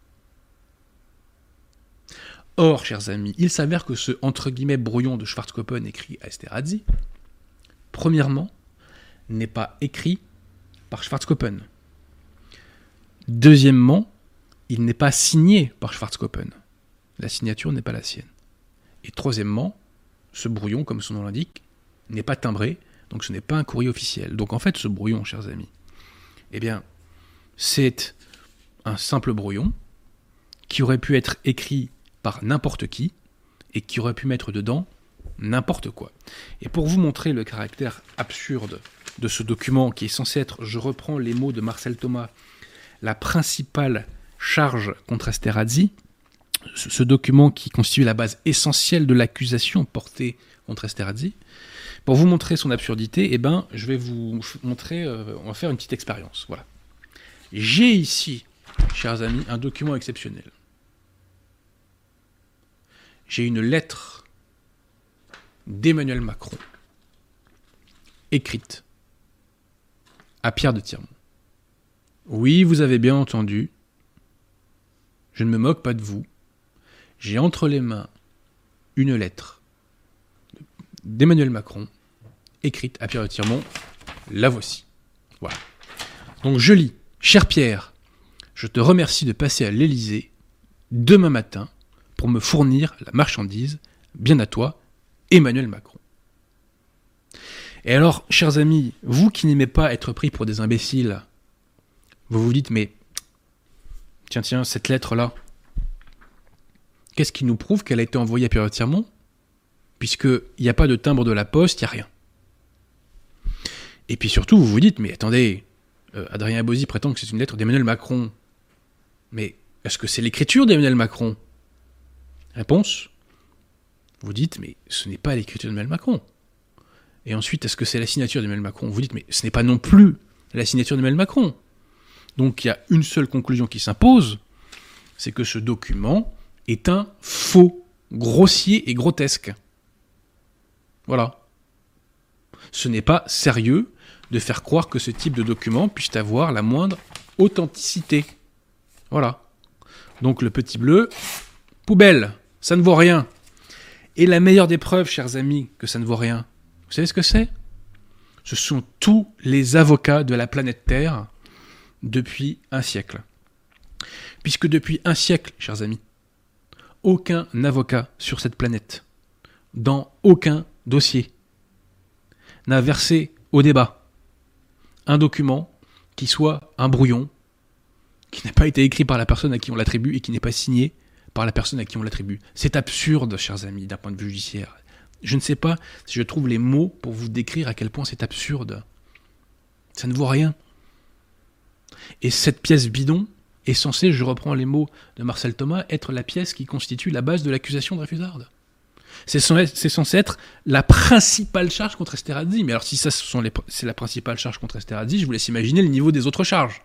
Or, chers amis, il s'avère que ce entre guillemets brouillon de Schwarzkoppen écrit à Esterhazy, premièrement, n'est pas écrit par Schwarzkoppen. Deuxièmement, il n'est pas signé par Schwarzkoppen. La signature n'est pas la sienne. Et troisièmement, ce brouillon, comme son nom l'indique, n'est pas timbré, donc ce n'est pas un courrier officiel. Donc en fait, ce brouillon, chers amis, eh bien, c'est un simple brouillon qui aurait pu être écrit par n'importe qui et qui aurait pu mettre dedans n'importe quoi. Et pour vous montrer le caractère absurde de ce document qui est censé être, je reprends les mots de Marcel Thomas, la principale charge contre Esterhazy, ce document qui constitue la base essentielle de l'accusation portée contre Esterhazy, pour vous montrer son absurdité, je vais vous montrer, on va faire une petite expérience. Voilà. J'ai ici, chers amis, un document exceptionnel. J'ai une lettre d'Emmanuel Macron, écrite à Pierre de Tirmont. Oui, vous avez bien entendu, je ne me moque pas de vous. J'ai entre les mains une lettre d'Emmanuel Macron, écrite à Pierre de Tirmont. La voici. Voilà. Donc je lis. Cher Pierre, je te remercie de passer à l'Élysée demain matin pour me fournir la marchandise. Bien à toi, Emmanuel Macron. Et alors, chers amis, vous qui n'aimez pas être pris pour des imbéciles, vous vous dites, mais tiens, cette lettre-là, qu'est-ce qui nous prouve qu'elle a été envoyée à Pierre de Tirmont ? Puisqu'il n'y a pas de timbre de la poste, il n'y a rien. Et puis surtout, vous vous dites, mais attendez, Adrien Abozy prétend que c'est une lettre d'Emmanuel Macron. Mais est-ce que c'est l'écriture d'Emmanuel Macron ? Réponse, vous dites, mais ce n'est pas l'écriture d'Emmanuel Macron. Et ensuite, est-ce que c'est la signature d'Emmanuel Macron ? Vous dites, mais ce n'est pas non plus la signature d'Emmanuel Macron. Donc il y a une seule conclusion qui s'impose, c'est que ce document est un faux, grossier et grotesque. Voilà. Ce n'est pas sérieux de faire croire que ce type de document puisse avoir la moindre authenticité. Voilà. Donc le petit bleu, poubelle, ça ne vaut rien. Et la meilleure des preuves, chers amis, que ça ne vaut rien, vous savez ce que c'est ? Ce sont tous les avocats de la planète Terre depuis un siècle. Puisque depuis un siècle, chers amis, aucun avocat sur cette planète, dans aucun dossier, n'a versé au débat un document qui soit un brouillon, qui n'a pas été écrit par la personne à qui on l'attribue et qui n'est pas signé par la personne à qui on l'attribue. C'est absurde, chers amis, d'un point de vue judiciaire. Je ne sais pas si je trouve les mots pour vous décrire à quel point c'est absurde. Ça ne vaut rien. Et cette pièce bidon est censée, je reprends les mots de Marcel Thomas, être la pièce qui constitue la base de l'accusation Dreyfusarde. C'est censé être la principale charge contre Esterhazy. Mais alors si ça c'est la principale charge contre Esterhazy, je vous laisse imaginer le niveau des autres charges.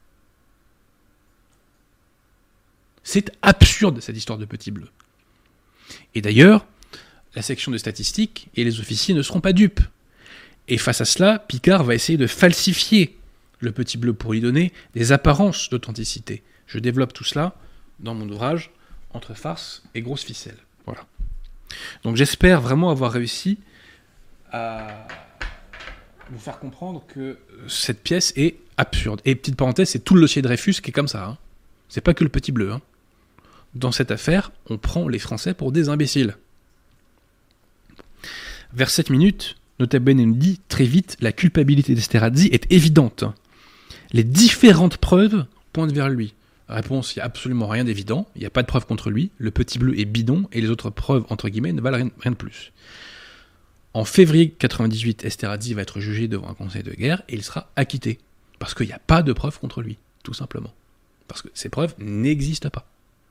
C'est absurde, cette histoire de petit bleu. Et d'ailleurs, la section de statistiques et les officiers ne seront pas dupes. Et face à cela, Picard va essayer de falsifier le petit bleu pour lui donner des apparences d'authenticité. Je développe tout cela dans mon ouvrage « Entre farce et grosse ficelle ». Voilà. Donc j'espère vraiment avoir réussi à vous faire comprendre que cette pièce est absurde. Et petite parenthèse, c'est tout le dossier Dreyfus qui est comme ça. Hein. C'est pas que le petit bleu. Hein. Dans cette affaire, on prend les Français pour des imbéciles. Vers 7 minutes, Nota Bene nous dit très vite, la culpabilité d'Esterhazy est évidente. Les différentes preuves pointent vers lui. Réponse, il n'y a absolument rien d'évident, il n'y a pas de preuve contre lui, le petit bleu est bidon et les autres preuves, entre guillemets, ne valent rien de plus. En février 1998, Esterhazy va être jugé devant un conseil de guerre et il sera acquitté. Parce qu'il n'y a pas de preuves contre lui, tout simplement. Parce que ces preuves n'existent pas.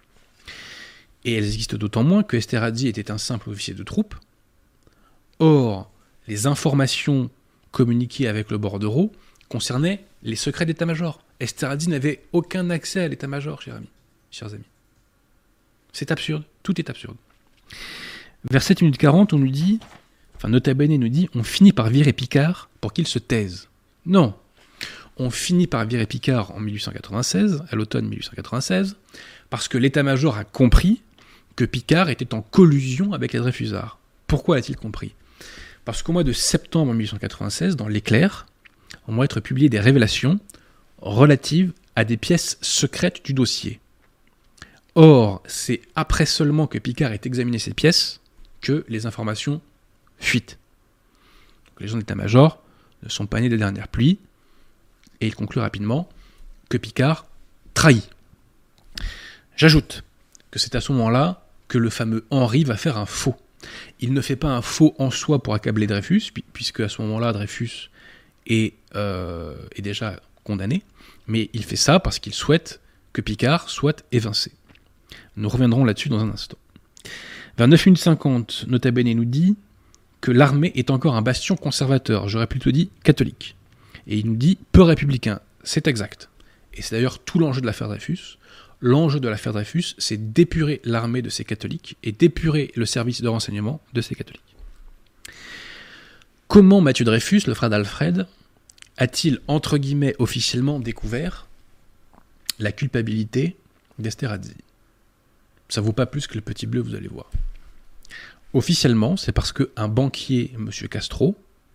Et elles existent d'autant moins que Esterhazy était un simple officier de troupe. Or, les informations communiquées avec le bordereau concernaient les secrets d'état-major. Esterhazy n'avait aucun accès à l'état-major, chers amis. C'est absurde, tout est absurde. Vers 7 minutes 40, on nous dit, Nota Bene nous dit, on finit par virer Picard pour qu'il se taise. Non, on finit par virer Picard en 1896, à l'automne 1896, parce que l'état-major a compris que Picard était en collusion avec les Dreyfusards. Pourquoi a-t-il compris ? Parce qu'au mois de septembre 1896, dans l'Éclair, on va être publiées des révélations relatives à des pièces secrètes du dossier. Or, c'est après seulement que Picard ait examiné ces pièces que les informations fuitent. Donc, les gens d'état-major ne sont pas nés des dernières pluies, et il conclut rapidement que Picard trahit. J'ajoute que c'est à ce moment-là que le fameux Henri va faire un faux. Il ne fait pas un faux en soi pour accabler Dreyfus, puisque à ce moment-là, Dreyfus est déjà condamné, mais il fait ça parce qu'il souhaite que Picard soit évincé. Nous reviendrons là-dessus dans un instant. Vers 9 minutes 50, Nota Bene nous dit que l'armée est encore un bastion conservateur, j'aurais plutôt dit catholique. Et il nous dit peu républicain, c'est exact. Et c'est d'ailleurs tout l'enjeu de l'affaire Dreyfus. L'enjeu de l'affaire Dreyfus, c'est d'épurer l'armée de ces catholiques et d'épurer le service de renseignement de ces catholiques. Comment Mathieu Dreyfus, le frère d'Alfred, a-t-il, entre guillemets, officiellement découvert la culpabilité d'Esterhazy ? Ça vaut pas plus que le petit bleu, vous allez voir. Officiellement, c'est parce qu'un banquier, M. Castro,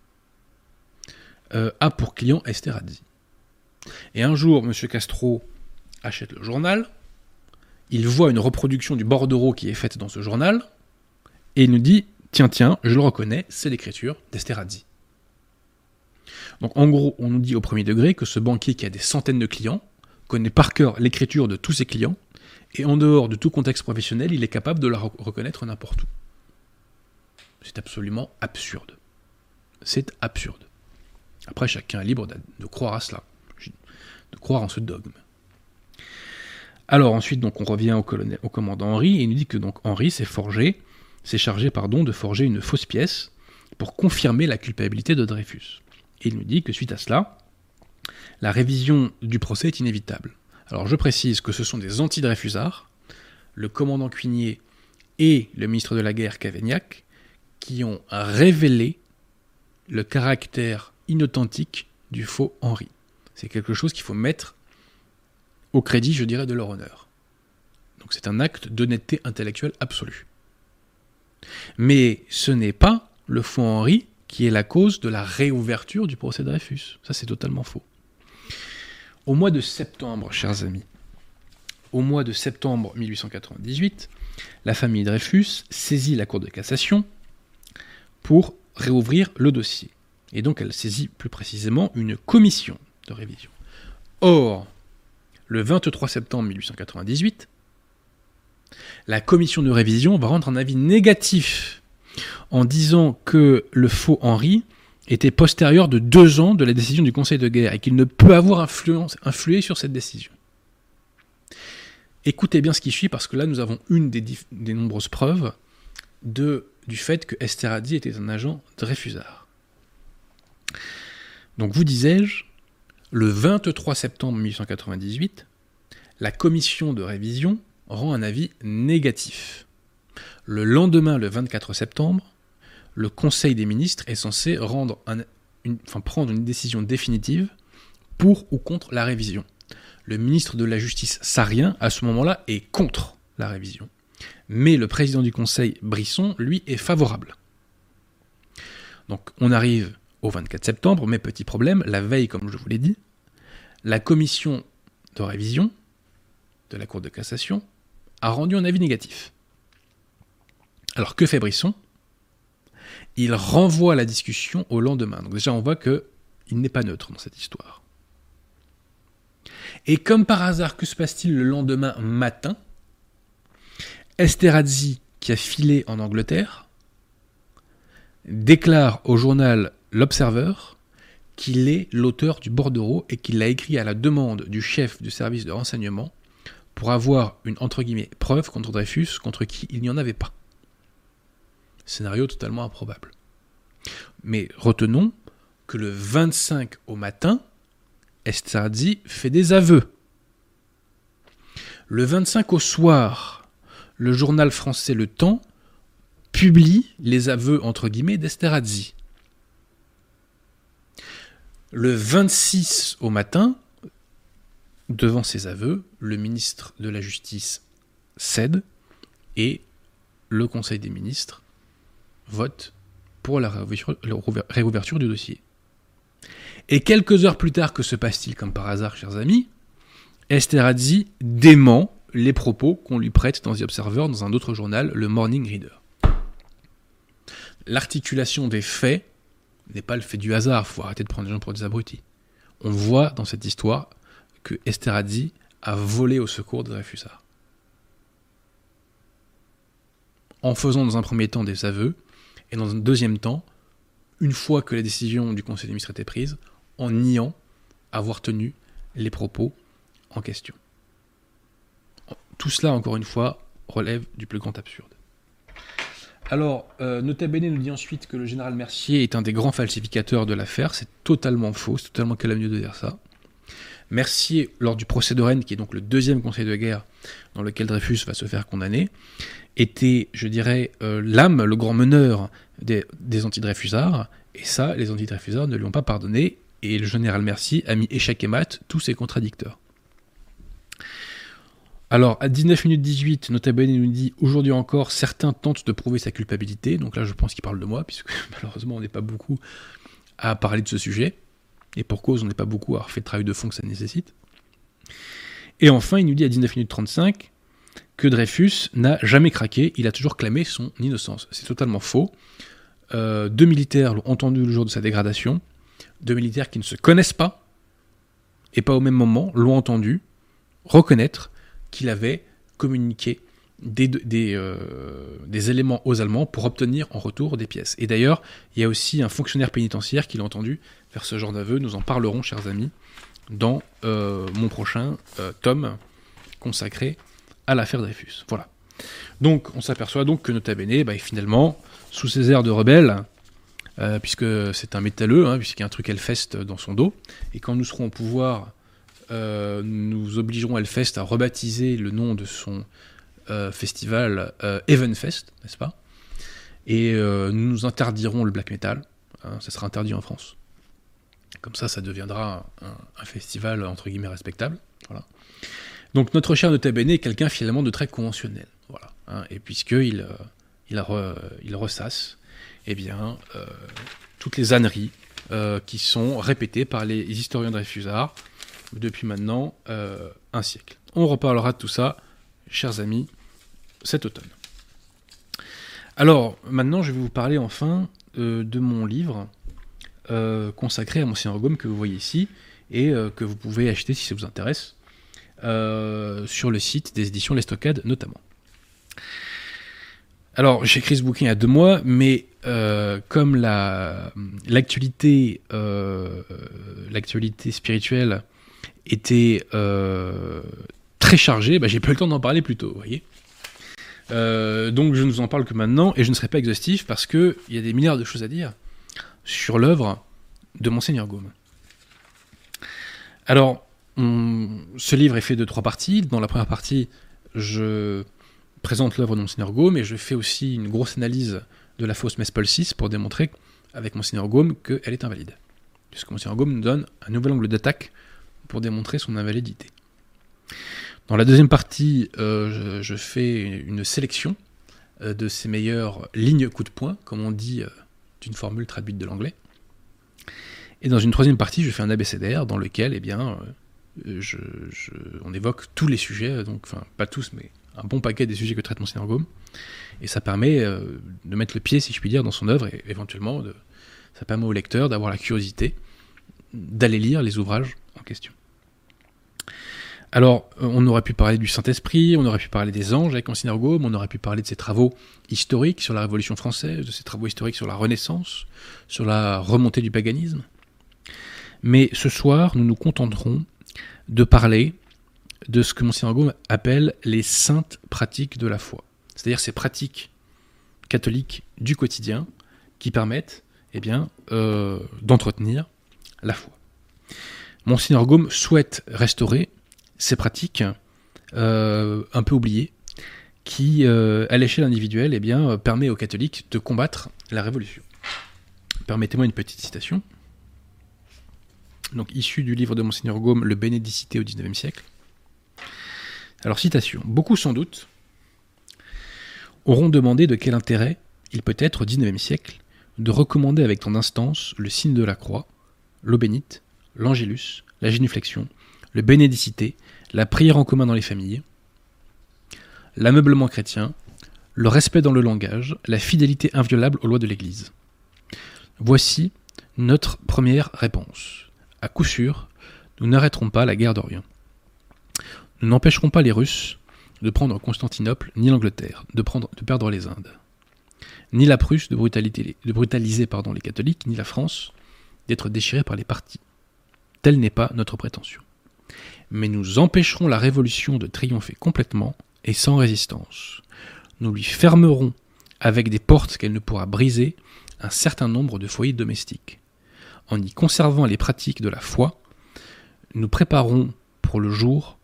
a pour client Esterhazy. Et un jour, M. Castro achète le journal, il voit une reproduction du bordereau qui est faite dans ce journal, et il nous dit « Tiens, je le reconnais, c'est l'écriture d'Esterhazy ». Donc en gros, on nous dit au premier degré que ce banquier qui a des centaines de clients connaît par cœur l'écriture de tous ses clients, et en dehors de tout contexte professionnel, il est capable de la reconnaître n'importe où. C'est absolument absurde. C'est absurde. Après, chacun est libre de croire à cela, de croire en ce dogme. Alors ensuite, donc, on revient au commandant Henri, et il nous dit que donc Henri s'est chargé de forger une fausse pièce pour confirmer la culpabilité de Dreyfus. Et il nous dit que suite à cela, la révision du procès est inévitable. Alors je précise que ce sont des anti-Dreyfusards, le commandant Cuinier et le ministre de la Guerre Cavaignac qui ont révélé le caractère inauthentique du faux Henri. C'est quelque chose qu'il faut mettre au crédit, je dirais, de leur honneur. Donc c'est un acte d'honnêteté intellectuelle absolue. Mais ce n'est pas le faux Henri qui est la cause de la réouverture du procès Dreyfus. Ça, c'est totalement faux. Au mois de septembre, chers amis, au mois de septembre 1898, la famille Dreyfus saisit la Cour de cassation pour réouvrir le dossier. Et donc elle saisit plus précisément une commission de révision. Or, le 23 septembre 1898, la commission de révision va rendre un avis négatif en disant que le faux Henri était postérieur de 2 ans de la décision du Conseil de guerre et qu'il ne peut avoir influé sur cette décision. Écoutez bien ce qui suit, parce que là nous avons une des nombreuses preuves du fait que Esterhazy était un agent dreyfusard. Donc vous disais-je, le 23 septembre 1898, la commission de révision rend un avis négatif. Le lendemain, le 24 septembre, le Conseil des ministres est censé prendre une décision définitive pour ou contre la révision. Le ministre de la Justice sarrien, à ce moment-là, est contre la révision. Mais le président du Conseil, Brisson, lui, est favorable. Donc on arrive au 24 septembre, mais petit problème, la veille, comme je vous l'ai dit, la commission de révision de la Cour de cassation a rendu un avis négatif. Alors que fait Brisson ? Il renvoie la discussion au lendemain. Donc déjà on voit qu'il n'est pas neutre dans cette histoire. Et comme par hasard, que se passe-t-il le lendemain matin ? Esterhazy, qui a filé en Angleterre, déclare au journal L'Observer qu'il est l'auteur du bordereau et qu'il l'a écrit à la demande du chef du service de renseignement pour avoir une, entre guillemets, preuve contre Dreyfus, contre qui il n'y en avait pas. Scénario totalement improbable. Mais retenons que le 25 au matin, Esterhazy fait des aveux. Le 25 au soir, le journal français Le Temps publie les aveux, entre guillemets, d'Esterhazy. Le 26 au matin, devant ces aveux, le ministre de la Justice cède et le Conseil des ministres vote pour la réouverture du dossier. Et quelques heures plus tard, que se passe-t-il comme par hasard, chers amis ? Esterhazy dément les propos qu'on lui prête dans The Observer, dans un autre journal, le Morning Reader. L'articulation des faits n'est pas le fait du hasard, il faut arrêter de prendre les gens pour des abrutis. On voit dans cette histoire que Esterhazy a volé au secours des Dreyfusards. En faisant dans un premier temps des aveux, et dans un deuxième temps, une fois que la décision du Conseil des ministres était prise, en niant avoir tenu les propos en question. Tout cela, encore une fois, relève du plus grand absurde. Alors, Nota Bene nous dit ensuite que le général Mercier est un des grands falsificateurs de l'affaire. C'est totalement faux, c'est totalement calomnieux de dire ça. Mercier, lors du procès de Rennes, qui est donc le deuxième conseil de guerre dans lequel Dreyfus va se faire condamner, était, je dirais, l'âme, le grand meneur des anti-Dreyfusards, et ça, les anti-Dreyfusards ne lui ont pas pardonné, et le général Mercier a mis échec et mat tous ses contradicteurs. Alors, à 19 minutes 18, Nota Bene nous dit « Aujourd'hui encore, certains tentent de prouver sa culpabilité ». Donc là, je pense qu'il parle de moi, puisque malheureusement, on n'est pas beaucoup à parler de ce sujet. Et pour cause, on n'est pas beaucoup à avoir fait le travail de fond que ça nécessite. Et enfin, il nous dit à 19 minutes 35 que Dreyfus n'a jamais craqué, il a toujours clamé son innocence. C'est totalement faux. 2 militaires l'ont entendu le jour de sa dégradation. 2 militaires qui ne se connaissent pas, et pas au même moment, l'ont entendu reconnaître qu'il avait communiqué des éléments aux Allemands pour obtenir en retour des pièces. Et d'ailleurs, il y a aussi un fonctionnaire pénitentiaire qui l'a entendu faire ce genre d'aveu. Nous en parlerons, chers amis, dans mon prochain tome consacré à l'affaire Dreyfus. Voilà. Donc, on s'aperçoit donc que Nota Bene, finalement, sous ses airs de rebelle, puisque c'est un métalleux, puisqu'il y a un truc Hellfest dans son dos, et quand nous serons au pouvoir, nous obligerons Hellfest à rebaptiser le nom de son festival Evenfest, n'est-ce pas? Et nous interdirons le black metal, hein, ça sera interdit en France. Comme ça deviendra un festival entre guillemets respectable. Voilà. Donc notre cher Nota Bene est quelqu'un finalement de très conventionnel. Voilà, hein, et puisqu'il ressasse toutes les âneries qui sont répétées par les historiens de Dreyfusard depuis maintenant un siècle. On reparlera de tout ça, chers amis, cet automne. Alors, maintenant, je vais vous parler enfin de mon livre consacré à Monseigneur Gaume que vous voyez ici et que vous pouvez acheter si ça vous intéresse sur le site des éditions Les Stockades notamment. Alors, j'ai écrit ce bouquin il y a 2 mois, mais comme l'actualité spirituelle était très chargée, j'ai pas eu le temps d'en parler plus tôt, vous voyez. Donc je ne vous en parle que maintenant, et je ne serai pas exhaustif parce qu'il y a des milliards de choses à dire sur l'œuvre de Monseigneur Gaume. Alors, ce livre est fait de 3 parties. Dans la première partie, je présente l'œuvre de Monseigneur Gaume, et je fais aussi une grosse analyse de la fausse messe Paul VI pour démontrer, avec Monseigneur Gaume, qu'elle est invalide. Puisque Monseigneur Gaume nous donne un nouvel angle d'attaque pour démontrer son invalidité. Dans la deuxième partie, je fais une sélection de ses meilleures lignes coup de poing, comme on dit d'une formule traduite de l'anglais. Et dans une troisième partie, je fais un abécédaire dans lequel, on évoque tous les sujets, donc, enfin, pas tous, mais un bon paquet des sujets que traite Monseigneur Gaume. Et ça permet de mettre le pied, si je puis dire, dans son œuvre, et éventuellement, ça permet au lecteur d'avoir la curiosité d'aller lire les ouvrages en question. Alors, on aurait pu parler du Saint-Esprit, on aurait pu parler des anges avec Monseigneur Gaume, on aurait pu parler de ses travaux historiques sur la Révolution française, de ses travaux historiques sur la Renaissance, sur la remontée du paganisme. Mais ce soir, nous nous contenterons de parler de ce que Monseigneur Gaume appelle les saintes pratiques de la foi. C'est-à-dire ces pratiques catholiques du quotidien qui permettent d'entretenir la foi. Monseigneur Gaume souhaite restaurer ces pratiques un peu oubliées qui, à l'échelle individuelle, permet aux catholiques de combattre la Révolution. Permettez-moi une petite citation. Donc, issue du livre de Monseigneur Gaume, Le Bénédicité au XIXe siècle. Alors, citation. « Beaucoup, sans doute, auront demandé de quel intérêt il peut être au XIXe siècle de recommander avec tant d'instance le signe de la croix, l'eau bénite, l'angélus, la génuflexion, le bénédicité, la prière en commun dans les familles, l'ameublement chrétien, le respect dans le langage, la fidélité inviolable aux lois de l'Église. Voici notre première réponse. À coup sûr, nous n'arrêterons pas la guerre d'Orient. Nous n'empêcherons pas les Russes de prendre Constantinople, ni l'Angleterre, de perdre les Indes, ni la Prusse de brutaliser les catholiques, ni la France d'être déchirée par les partis. Telle n'est pas notre prétention. Mais nous empêcherons la révolution de triompher complètement et sans résistance. Nous lui fermerons avec des portes qu'elle ne pourra briser un certain nombre de foyers domestiques. En y conservant les pratiques de la foi, nous nous préparons pour le jour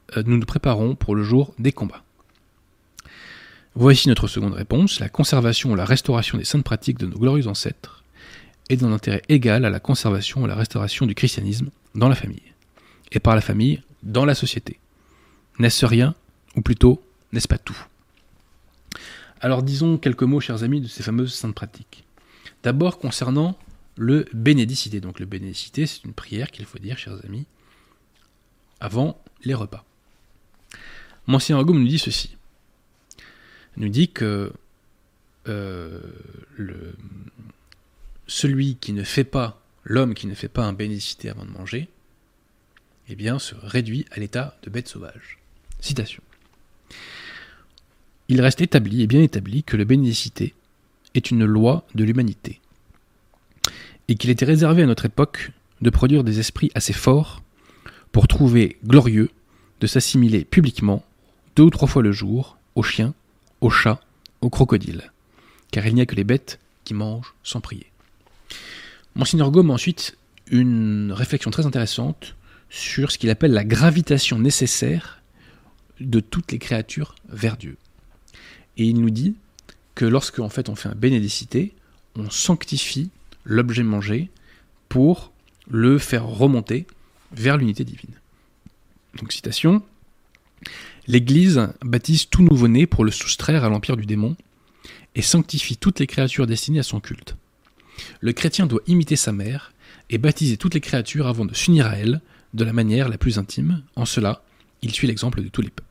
des combats. Voici notre seconde réponse. La conservation ou la restauration des saintes pratiques de nos glorieux ancêtres est d'un intérêt égal à la conservation ou la restauration du christianisme dans la famille, et par la famille dans la société. N'est-ce rien, ou plutôt, n'est-ce pas tout? Alors disons quelques mots, chers amis, de ces fameuses saintes pratiques. D'abord, concernant le Bénédicité. Donc le Bénédicité, c'est une prière qu'il faut dire, chers amis, avant les repas. Monseigneur Gaume nous dit ceci. Il nous dit que celui qui ne fait pas, l'homme qui ne fait pas un Bénédicité avant de manger, se réduit à l'état de bête sauvage. Citation. Il reste établi et bien établi que le Bénédicité est une loi de l'humanité, et qu'il était réservé à notre époque de produire des esprits assez forts pour trouver glorieux de s'assimiler publiquement 2 ou 3 fois le jour aux chiens, aux chats, aux crocodiles, car il n'y a que les bêtes qui mangent sans prier. Monseigneur Gaume a ensuite une réflexion très intéressante sur ce qu'il appelle la gravitation nécessaire de toutes les créatures vers Dieu. Et il nous dit que lorsque en fait, on fait un bénédicité, on sanctifie l'objet mangé pour le faire remonter vers l'unité divine. Donc citation, « L'Église baptise tout nouveau-né pour le soustraire à l'empire du démon et sanctifie toutes les créatures destinées à son culte. Le chrétien doit imiter sa mère et baptiser toutes les créatures avant de s'unir à elle de la manière la plus intime. En cela, il suit l'exemple de tous les peuples. »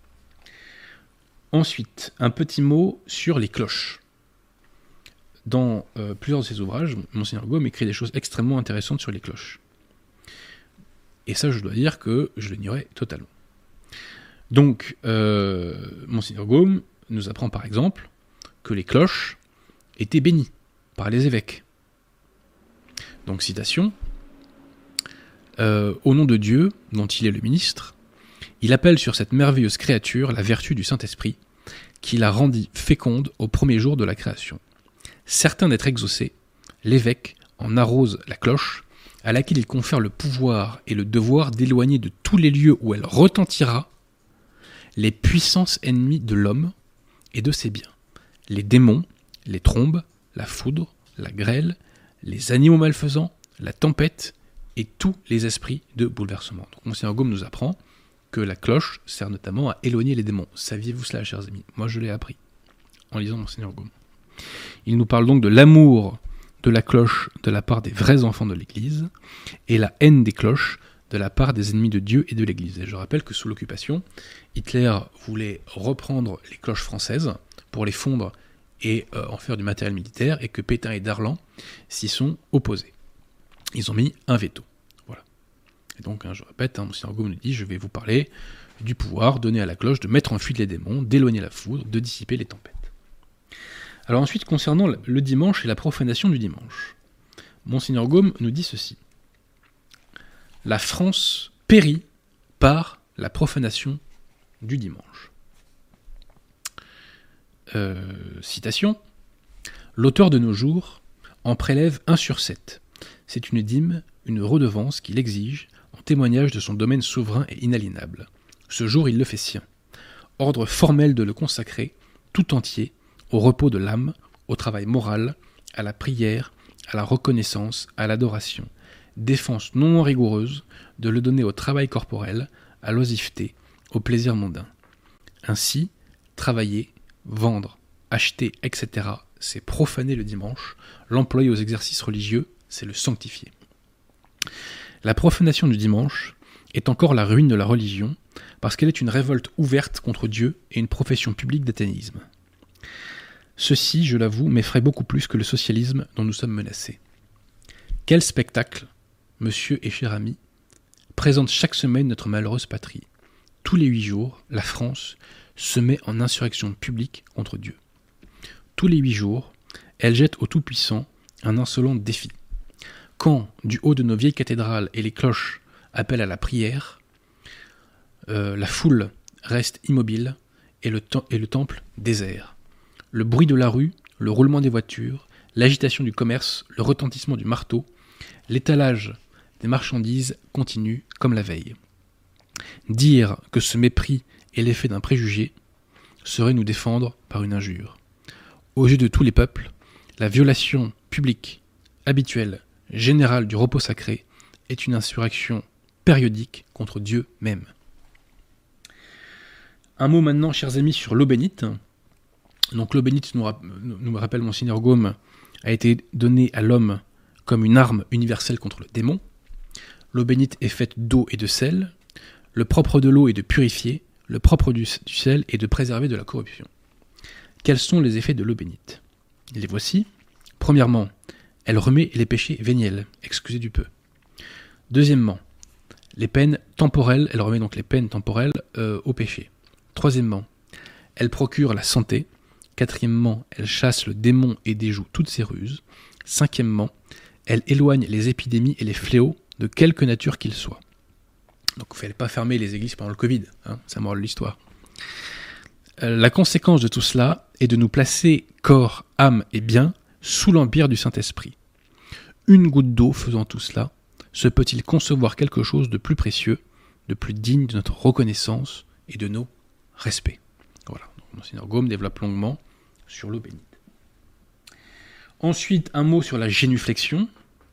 Ensuite, un petit mot sur les cloches. Dans plusieurs de ses ouvrages, Monseigneur Gaume écrit des choses extrêmement intéressantes sur les cloches. Et ça, je dois dire que je l'ignorais totalement. Donc, Monseigneur Gaume nous apprend par exemple que les cloches étaient bénies par les évêques. Donc, citation, « Au nom de Dieu, dont il est le ministre, il appelle sur cette merveilleuse créature la vertu du Saint-Esprit, qui la rendit féconde au premier jour de la création. Certain d'être exaucé, l'évêque en arrose la cloche, à laquelle il confère le pouvoir et le devoir d'éloigner de tous les lieux où elle retentira les puissances ennemies de l'homme et de ses biens, les démons, les trombes, la foudre, la grêle, les animaux malfaisants, la tempête et tous les esprits de bouleversement. » Donc Monseigneur Gaume nous apprend que la cloche sert notamment à éloigner les démons. Saviez-vous cela, chers amis? Moi, je l'ai appris en lisant Monseigneur Gaume. Il nous parle donc de l'amour de la cloche de la part des vrais enfants de l'Église et la haine des cloches de la part des ennemis de Dieu et de l'Église. Et je rappelle que sous l'occupation, Hitler voulait reprendre les cloches françaises pour les fondre et en faire du matériel militaire, et que Pétain et Darlan s'y sont opposés. Ils ont mis un veto. Voilà. Et donc, je répète, Monseigneur Gaume nous dit, je vais vous parler du pouvoir donné à la cloche de mettre en fuite les démons, d'éloigner la foudre, de dissiper les tempêtes. Alors ensuite, concernant le dimanche et la profanation du dimanche, Monseigneur Gaume nous dit ceci. « La France périt par la profanation du dimanche. » Citation. « L'auteur de nos jours en prélève 1 sur 7. C'est une dîme, une redevance qu'il exige en témoignage de son domaine souverain et inaliénable. Ce jour, il le fait sien. Ordre formel de le consacrer tout entier au repos de l'âme, au travail moral, à la prière, à la reconnaissance, à l'adoration. Défense non rigoureuse de le donner au travail corporel, à l'oisiveté, au plaisir mondain. Ainsi, travailler, vendre, acheter, etc., c'est profaner le dimanche. L'employer aux exercices religieux, c'est le sanctifier. La profanation du dimanche est encore la ruine de la religion, parce qu'elle est une révolte ouverte contre Dieu et une profession publique d'athéisme. Ceci, je l'avoue, m'effraie beaucoup plus que le socialisme dont nous sommes menacés. Quel spectacle, monsieur et cher ami, présente chaque semaine notre malheureuse patrie. Tous les 8 jours, la France se met en insurrection publique contre Dieu. Tous les 8 jours, elle jette au Tout-Puissant un insolent défi. Quand, du haut de nos vieilles cathédrales et les cloches appellent à la prière, la foule reste immobile et le temple désert. Le bruit de la rue, le roulement des voitures, l'agitation du commerce, le retentissement du marteau, l'étalage des marchandises continue comme la veille. Dire que ce mépris est l'effet d'un préjugé serait nous défendre par une injure. Aux yeux de tous les peuples, la violation publique, habituelle, générale du repos sacré est une insurrection périodique contre Dieu même. Un mot maintenant, chers amis, sur l'eau bénite. Donc l'eau bénite, nous rappelle Monseigneur Gaume, a été donnée à l'homme comme une arme universelle contre le démon. L'eau bénite est faite d'eau et de sel. Le propre de l'eau est de purifier, le propre du sel est de préserver de la corruption. Quels sont les effets de l'eau bénite? Les voici. Premièrement, elle remet les péchés véniels, excusez du peu. Deuxièmement, les peines temporelles, elle remet donc les peines temporelles au péché. Troisièmement, elle procure la santé. Quatrièmement, elle chasse le démon et déjoue toutes ses ruses. Cinquièmement, elle éloigne les épidémies et les fléaux de quelque nature qu'ils soient. Donc il ne fallait pas fermer les églises pendant le Covid, ça morale l'histoire. La conséquence de tout cela est de nous placer corps, âme et bien sous l'empire du Saint-Esprit. Une goutte d'eau faisant tout cela, se peut-il concevoir quelque chose de plus précieux, de plus digne de notre reconnaissance et de nos respects. Voilà, donc Monseigneur Gaume développe longuement sur l'eau bénite. Ensuite, un mot sur la génuflexion.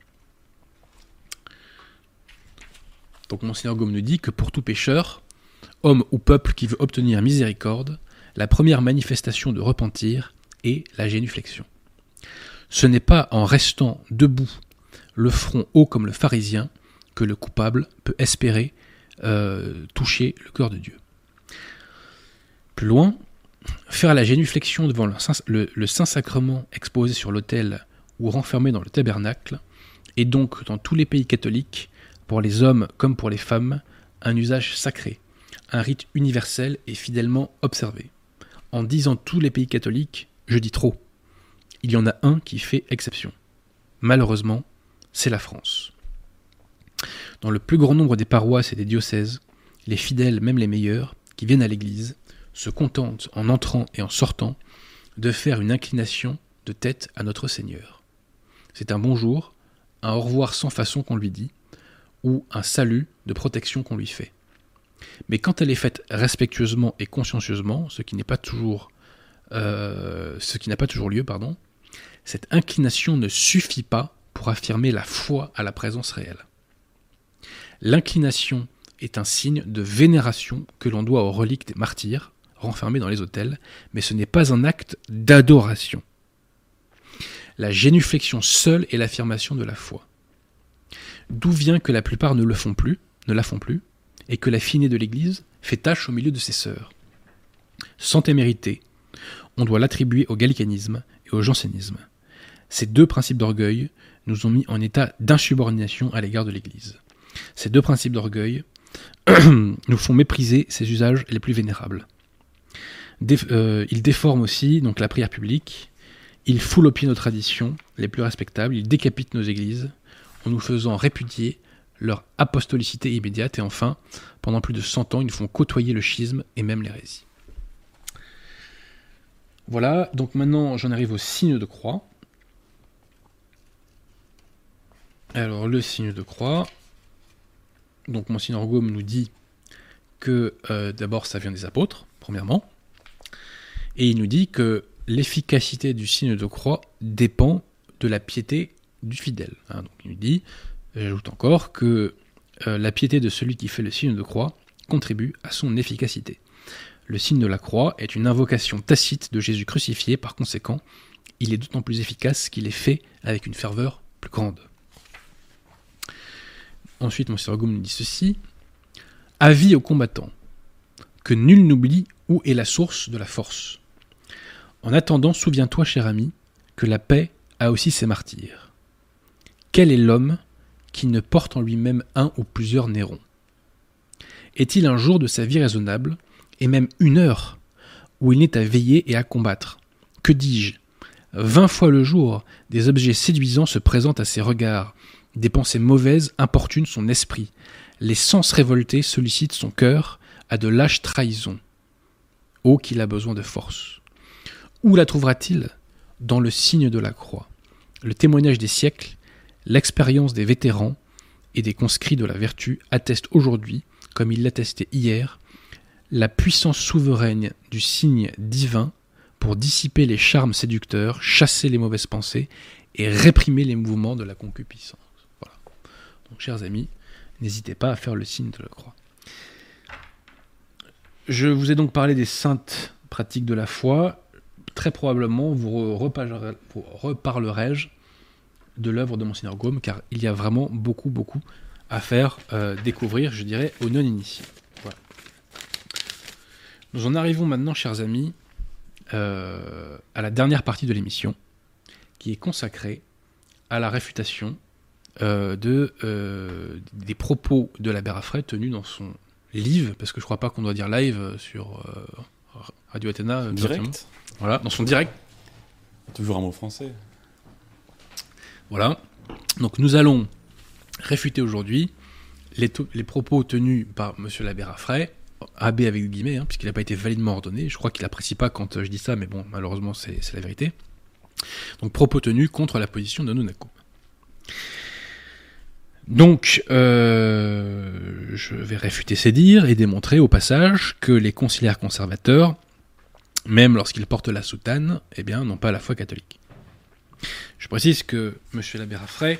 Donc Monseigneur Gaume nous dit que pour tout pécheur, homme ou peuple qui veut obtenir miséricorde, la première manifestation de repentir est la génuflexion. Ce n'est pas en restant debout, le front haut comme le pharisien, que le coupable peut espérer toucher le cœur de Dieu. Plus loin, faire la génuflexion devant le Saint-Sacrement exposé sur l'autel ou renfermé dans le tabernacle est donc dans tous les pays catholiques, pour les hommes comme pour les femmes, un usage sacré, un rite universel et fidèlement observé. En disant tous les pays catholiques, je dis trop. Il y en a un qui fait exception. Malheureusement, c'est la France. Dans le plus grand nombre des paroisses et des diocèses, les fidèles, même les meilleurs, qui viennent à l'église, se contentent, en entrant et en sortant, de faire une inclination de tête à notre Seigneur. C'est un bonjour, un au revoir sans façon qu'on lui dit, ou un salut de protection qu'on lui fait. Mais quand elle est faite respectueusement et consciencieusement, ce qui n'a pas toujours lieu, cette inclination ne suffit pas pour affirmer la foi à la présence réelle. L'inclination est un signe de vénération que l'on doit aux reliques des martyrs, renfermés dans les autels, mais ce n'est pas un acte d'adoration. La génuflexion seule est l'affirmation de la foi. D'où vient que la plupart ne la font plus, et que la finée de l'Église fait tache au milieu de ses sœurs. Sans témérité, on doit l'attribuer au gallicanisme et au jansénisme. Ces deux principes d'orgueil nous ont mis en état d'insubordination à l'égard de l'Église. Ces deux principes d'orgueil nous font mépriser ses usages les plus vénérables. Ils déforment aussi donc, la prière publique, ils foulent aux pieds nos traditions les plus respectables, ils décapitent nos églises, en nous faisant répudier leur apostolicité immédiate, et enfin, pendant plus de 100 ans, ils nous font côtoyer le schisme et même l'hérésie. Voilà, donc maintenant j'en arrive au signe de croix. Alors le signe de croix, donc Monseigneur Gaume nous dit que d'abord ça vient des apôtres, premièrement, et il nous dit que l'efficacité du signe de croix dépend de la piété du fidèle. Donc il nous dit, j'ajoute encore, que la piété de celui qui fait le signe de croix contribue à son efficacité. Le signe de la croix est une invocation tacite de Jésus crucifié, par conséquent, il est d'autant plus efficace qu'il est fait avec une ferveur plus grande. Ensuite, Monseigneur Gaume nous dit ceci: avis aux combattants, que nul n'oublie où est la source de la force. En attendant, souviens-toi, cher ami, que la paix a aussi ses martyrs. Quel est l'homme qui ne porte en lui-même un ou plusieurs Nérons? Est-il un jour de sa vie raisonnable, et même une heure, où il n'est à veiller et à combattre? Que dis-je? 20 fois le jour, des objets séduisants se présentent à ses regards, des pensées mauvaises importunent son esprit, les sens révoltés sollicitent son cœur à de lâches trahisons. Oh, qu'il a besoin de force! Où la trouvera-t-il? Dans le signe de la croix. Le témoignage des siècles, l'expérience des vétérans et des conscrits de la vertu attestent aujourd'hui, comme il l'attestait hier, la puissance souveraine du signe divin pour dissiper les charmes séducteurs, chasser les mauvaises pensées et réprimer les mouvements de la concupiscence. Voilà. Donc, chers amis, n'hésitez pas à faire le signe de la croix. Je vous ai donc parlé des saintes pratiques de la foi. Très probablement, vous reparlerai-je de l'œuvre de Monseigneur Gaume, car il y a vraiment beaucoup à faire découvrir, je dirais, aux non-initiés. Voilà. Nous en arrivons maintenant, chers amis, à la dernière partie de l'émission, qui est consacrée à la réfutation des propos de l'abbé Raffray tenus dans son livre, parce que je crois pas qu'on doit dire live sur Radio Athéna. Direct. Voilà, dans son direct. Toujours un mot français. Voilà. Donc nous allons réfuter aujourd'hui les propos tenus par monsieur l'abbé Raffray, abbé avec guillemets, puisqu'il n'a pas été validement ordonné. Je crois qu'il n'apprécie pas quand je dis ça, mais bon, malheureusement, c'est la vérité. Donc propos tenus contre la position de Nonacum. Donc, je vais réfuter ces dires et démontrer au passage que les conciliaires conservateurs, même lorsqu'ils portent la soutane, eh bien, n'ont pas la foi catholique. Je précise que M. l'abbé Raffray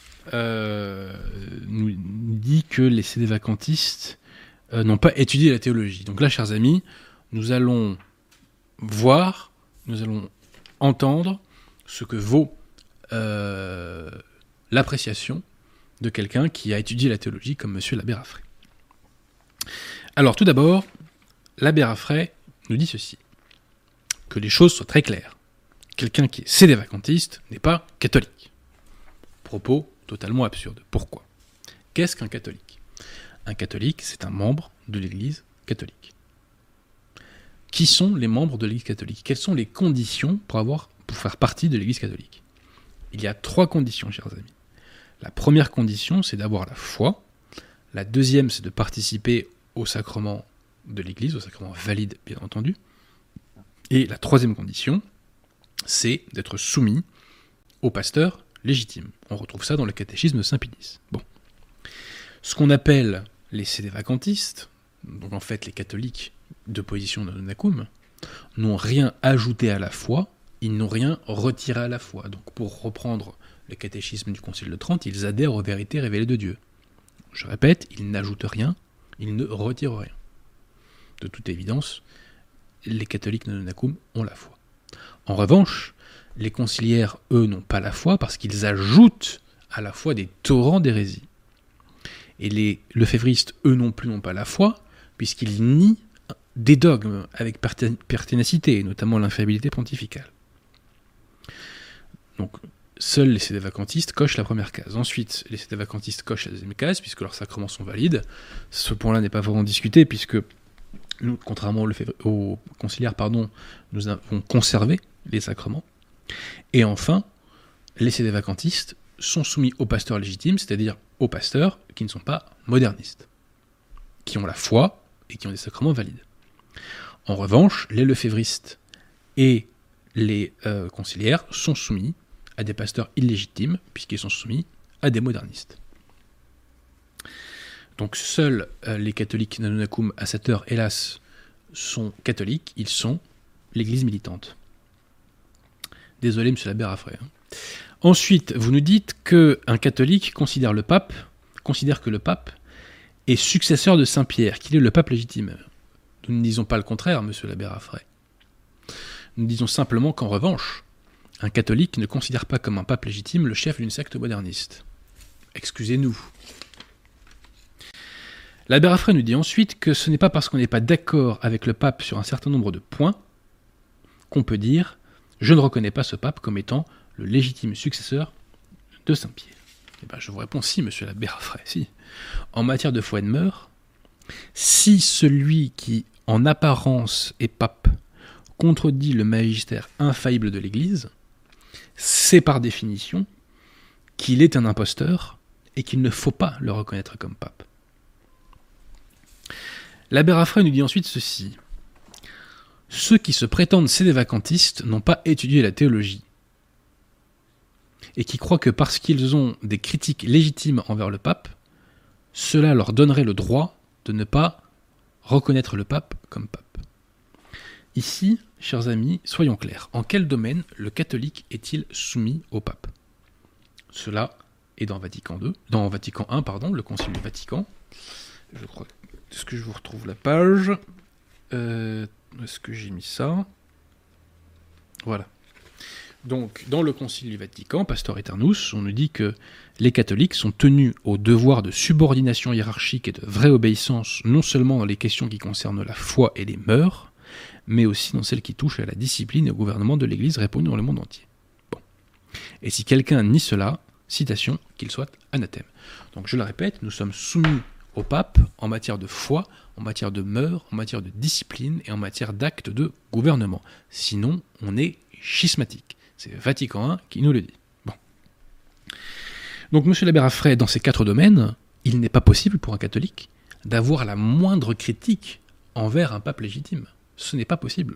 nous dit que les sédévacantistes n'ont pas étudié la théologie. Donc là, chers amis, nous allons voir, nous allons entendre ce que vaut l'appréciation de quelqu'un qui a étudié la théologie comme M. l'abbé Raffray. Alors tout d'abord, l'abbé Raffray nous dit ceci, que les choses soient très claires. Quelqu'un qui est sédévacantiste n'est pas catholique. Propos totalement absurde. Pourquoi ? Qu'est-ce qu'un catholique ? Un catholique, c'est un membre de l'Église catholique. Qui sont les membres de l'Église catholique ? Quelles sont les conditions pour faire partie de l'Église catholique ? Il y a 3 conditions, chers amis. La première condition, c'est d'avoir la foi. La deuxième, c'est de participer au sacrement de l'Église, au sacrement valide, bien entendu. Et la troisième condition, c'est d'être soumis au pasteur légitime. On retrouve ça dans le catéchisme de Saint-Pie-X. Bon. Ce qu'on appelle les sédévacantistes, donc en fait les catholiques de position de Nonacum, n'ont rien ajouté à la foi, ils n'ont rien retiré à la foi. Donc pour reprendre le catéchisme du Concile de Trente, ils adhèrent aux vérités révélées de Dieu. Je répète, ils n'ajoutent rien, ils ne retirent rien. De toute évidence, les catholiques de Nonacum ont la foi. En revanche, les conciliaires, eux, n'ont pas la foi parce qu'ils ajoutent à la foi des torrents d'hérésie. Et les lefévristes, eux non plus, n'ont pas la foi puisqu'ils nient des dogmes avec pertinacité, notamment l'infaillibilité pontificale. Donc, seuls les sédévacantistes cochent la première case. Ensuite, les sédévacantistes cochent la deuxième case, puisque leurs sacrements sont valides. Ce point-là n'est pas vraiment discuté, puisque nous, contrairement aux conciliaires, nous avons conservé les sacrements. Et enfin, les sédévacantistes sont soumis aux pasteurs légitimes, c'est-à-dire aux pasteurs qui ne sont pas modernistes, qui ont la foi et qui ont des sacrements valides. En revanche, les lefévristes et les conciliaires sont soumis à des pasteurs illégitimes, puisqu'ils sont soumis à des modernistes. Donc seuls les catholiques Nonacum, à cette heure, hélas, sont catholiques, ils sont l'Église militante. Désolé, monsieur l'abbé Raffray. Ensuite, vous nous dites qu'un catholique considère que le pape est successeur de Saint-Pierre, qu'il est le pape légitime. Nous ne disons pas le contraire, monsieur l'abbé Raffray. Nous disons simplement qu'en revanche, un catholique ne considère pas comme un pape légitime le chef d'une secte moderniste. Excusez-nous. L'abbé Raffray nous dit ensuite que ce n'est pas parce qu'on n'est pas d'accord avec le pape sur un certain nombre de points qu'on peut dire « je ne reconnais pas ce pape comme étant le légitime successeur de Saint-Pierre ». Eh bien, je vous réponds si, monsieur l'abbé Raffray, si. En matière de foi et de mœurs, si celui qui, en apparence, est pape, contredit le magistère infaillible de l'Église, c'est par définition qu'il est un imposteur et qu'il ne faut pas le reconnaître comme pape. L'abbé Raffray nous dit ensuite ceci. Ceux qui se prétendent sédévacantistes n'ont pas étudié la théologie et qui croient que parce qu'ils ont des critiques légitimes envers le pape, cela leur donnerait le droit de ne pas reconnaître le pape comme pape. Ici, chers amis, soyons clairs. En quel domaine le catholique est-il soumis au pape ? Cela est dans Vatican I, le Concile du Vatican. Je crois. Est-ce que je vous retrouve la page ? Est-ce que j'ai mis ça ? Voilà. Donc, dans le Concile du Vatican, Pastor Aeternus, on nous dit que les catholiques sont tenus au devoir de subordination hiérarchique et de vraie obéissance, non seulement dans les questions qui concernent la foi et les mœurs, mais aussi dans celles qui touchent à la discipline et au gouvernement de l'Église répandue dans le monde entier. Bon. Et si quelqu'un nie cela, citation, qu'il soit anathème. Donc je le répète, nous sommes soumis au pape en matière de foi, en matière de mœurs, en matière de discipline et en matière d'actes de gouvernement. Sinon, on est schismatique. C'est Vatican I qui nous le dit. Bon. Donc monsieur l'abbé Raffray, dans ces 4 domaines, il n'est pas possible pour un catholique d'avoir la moindre critique envers un pape légitime. Ce n'est pas possible.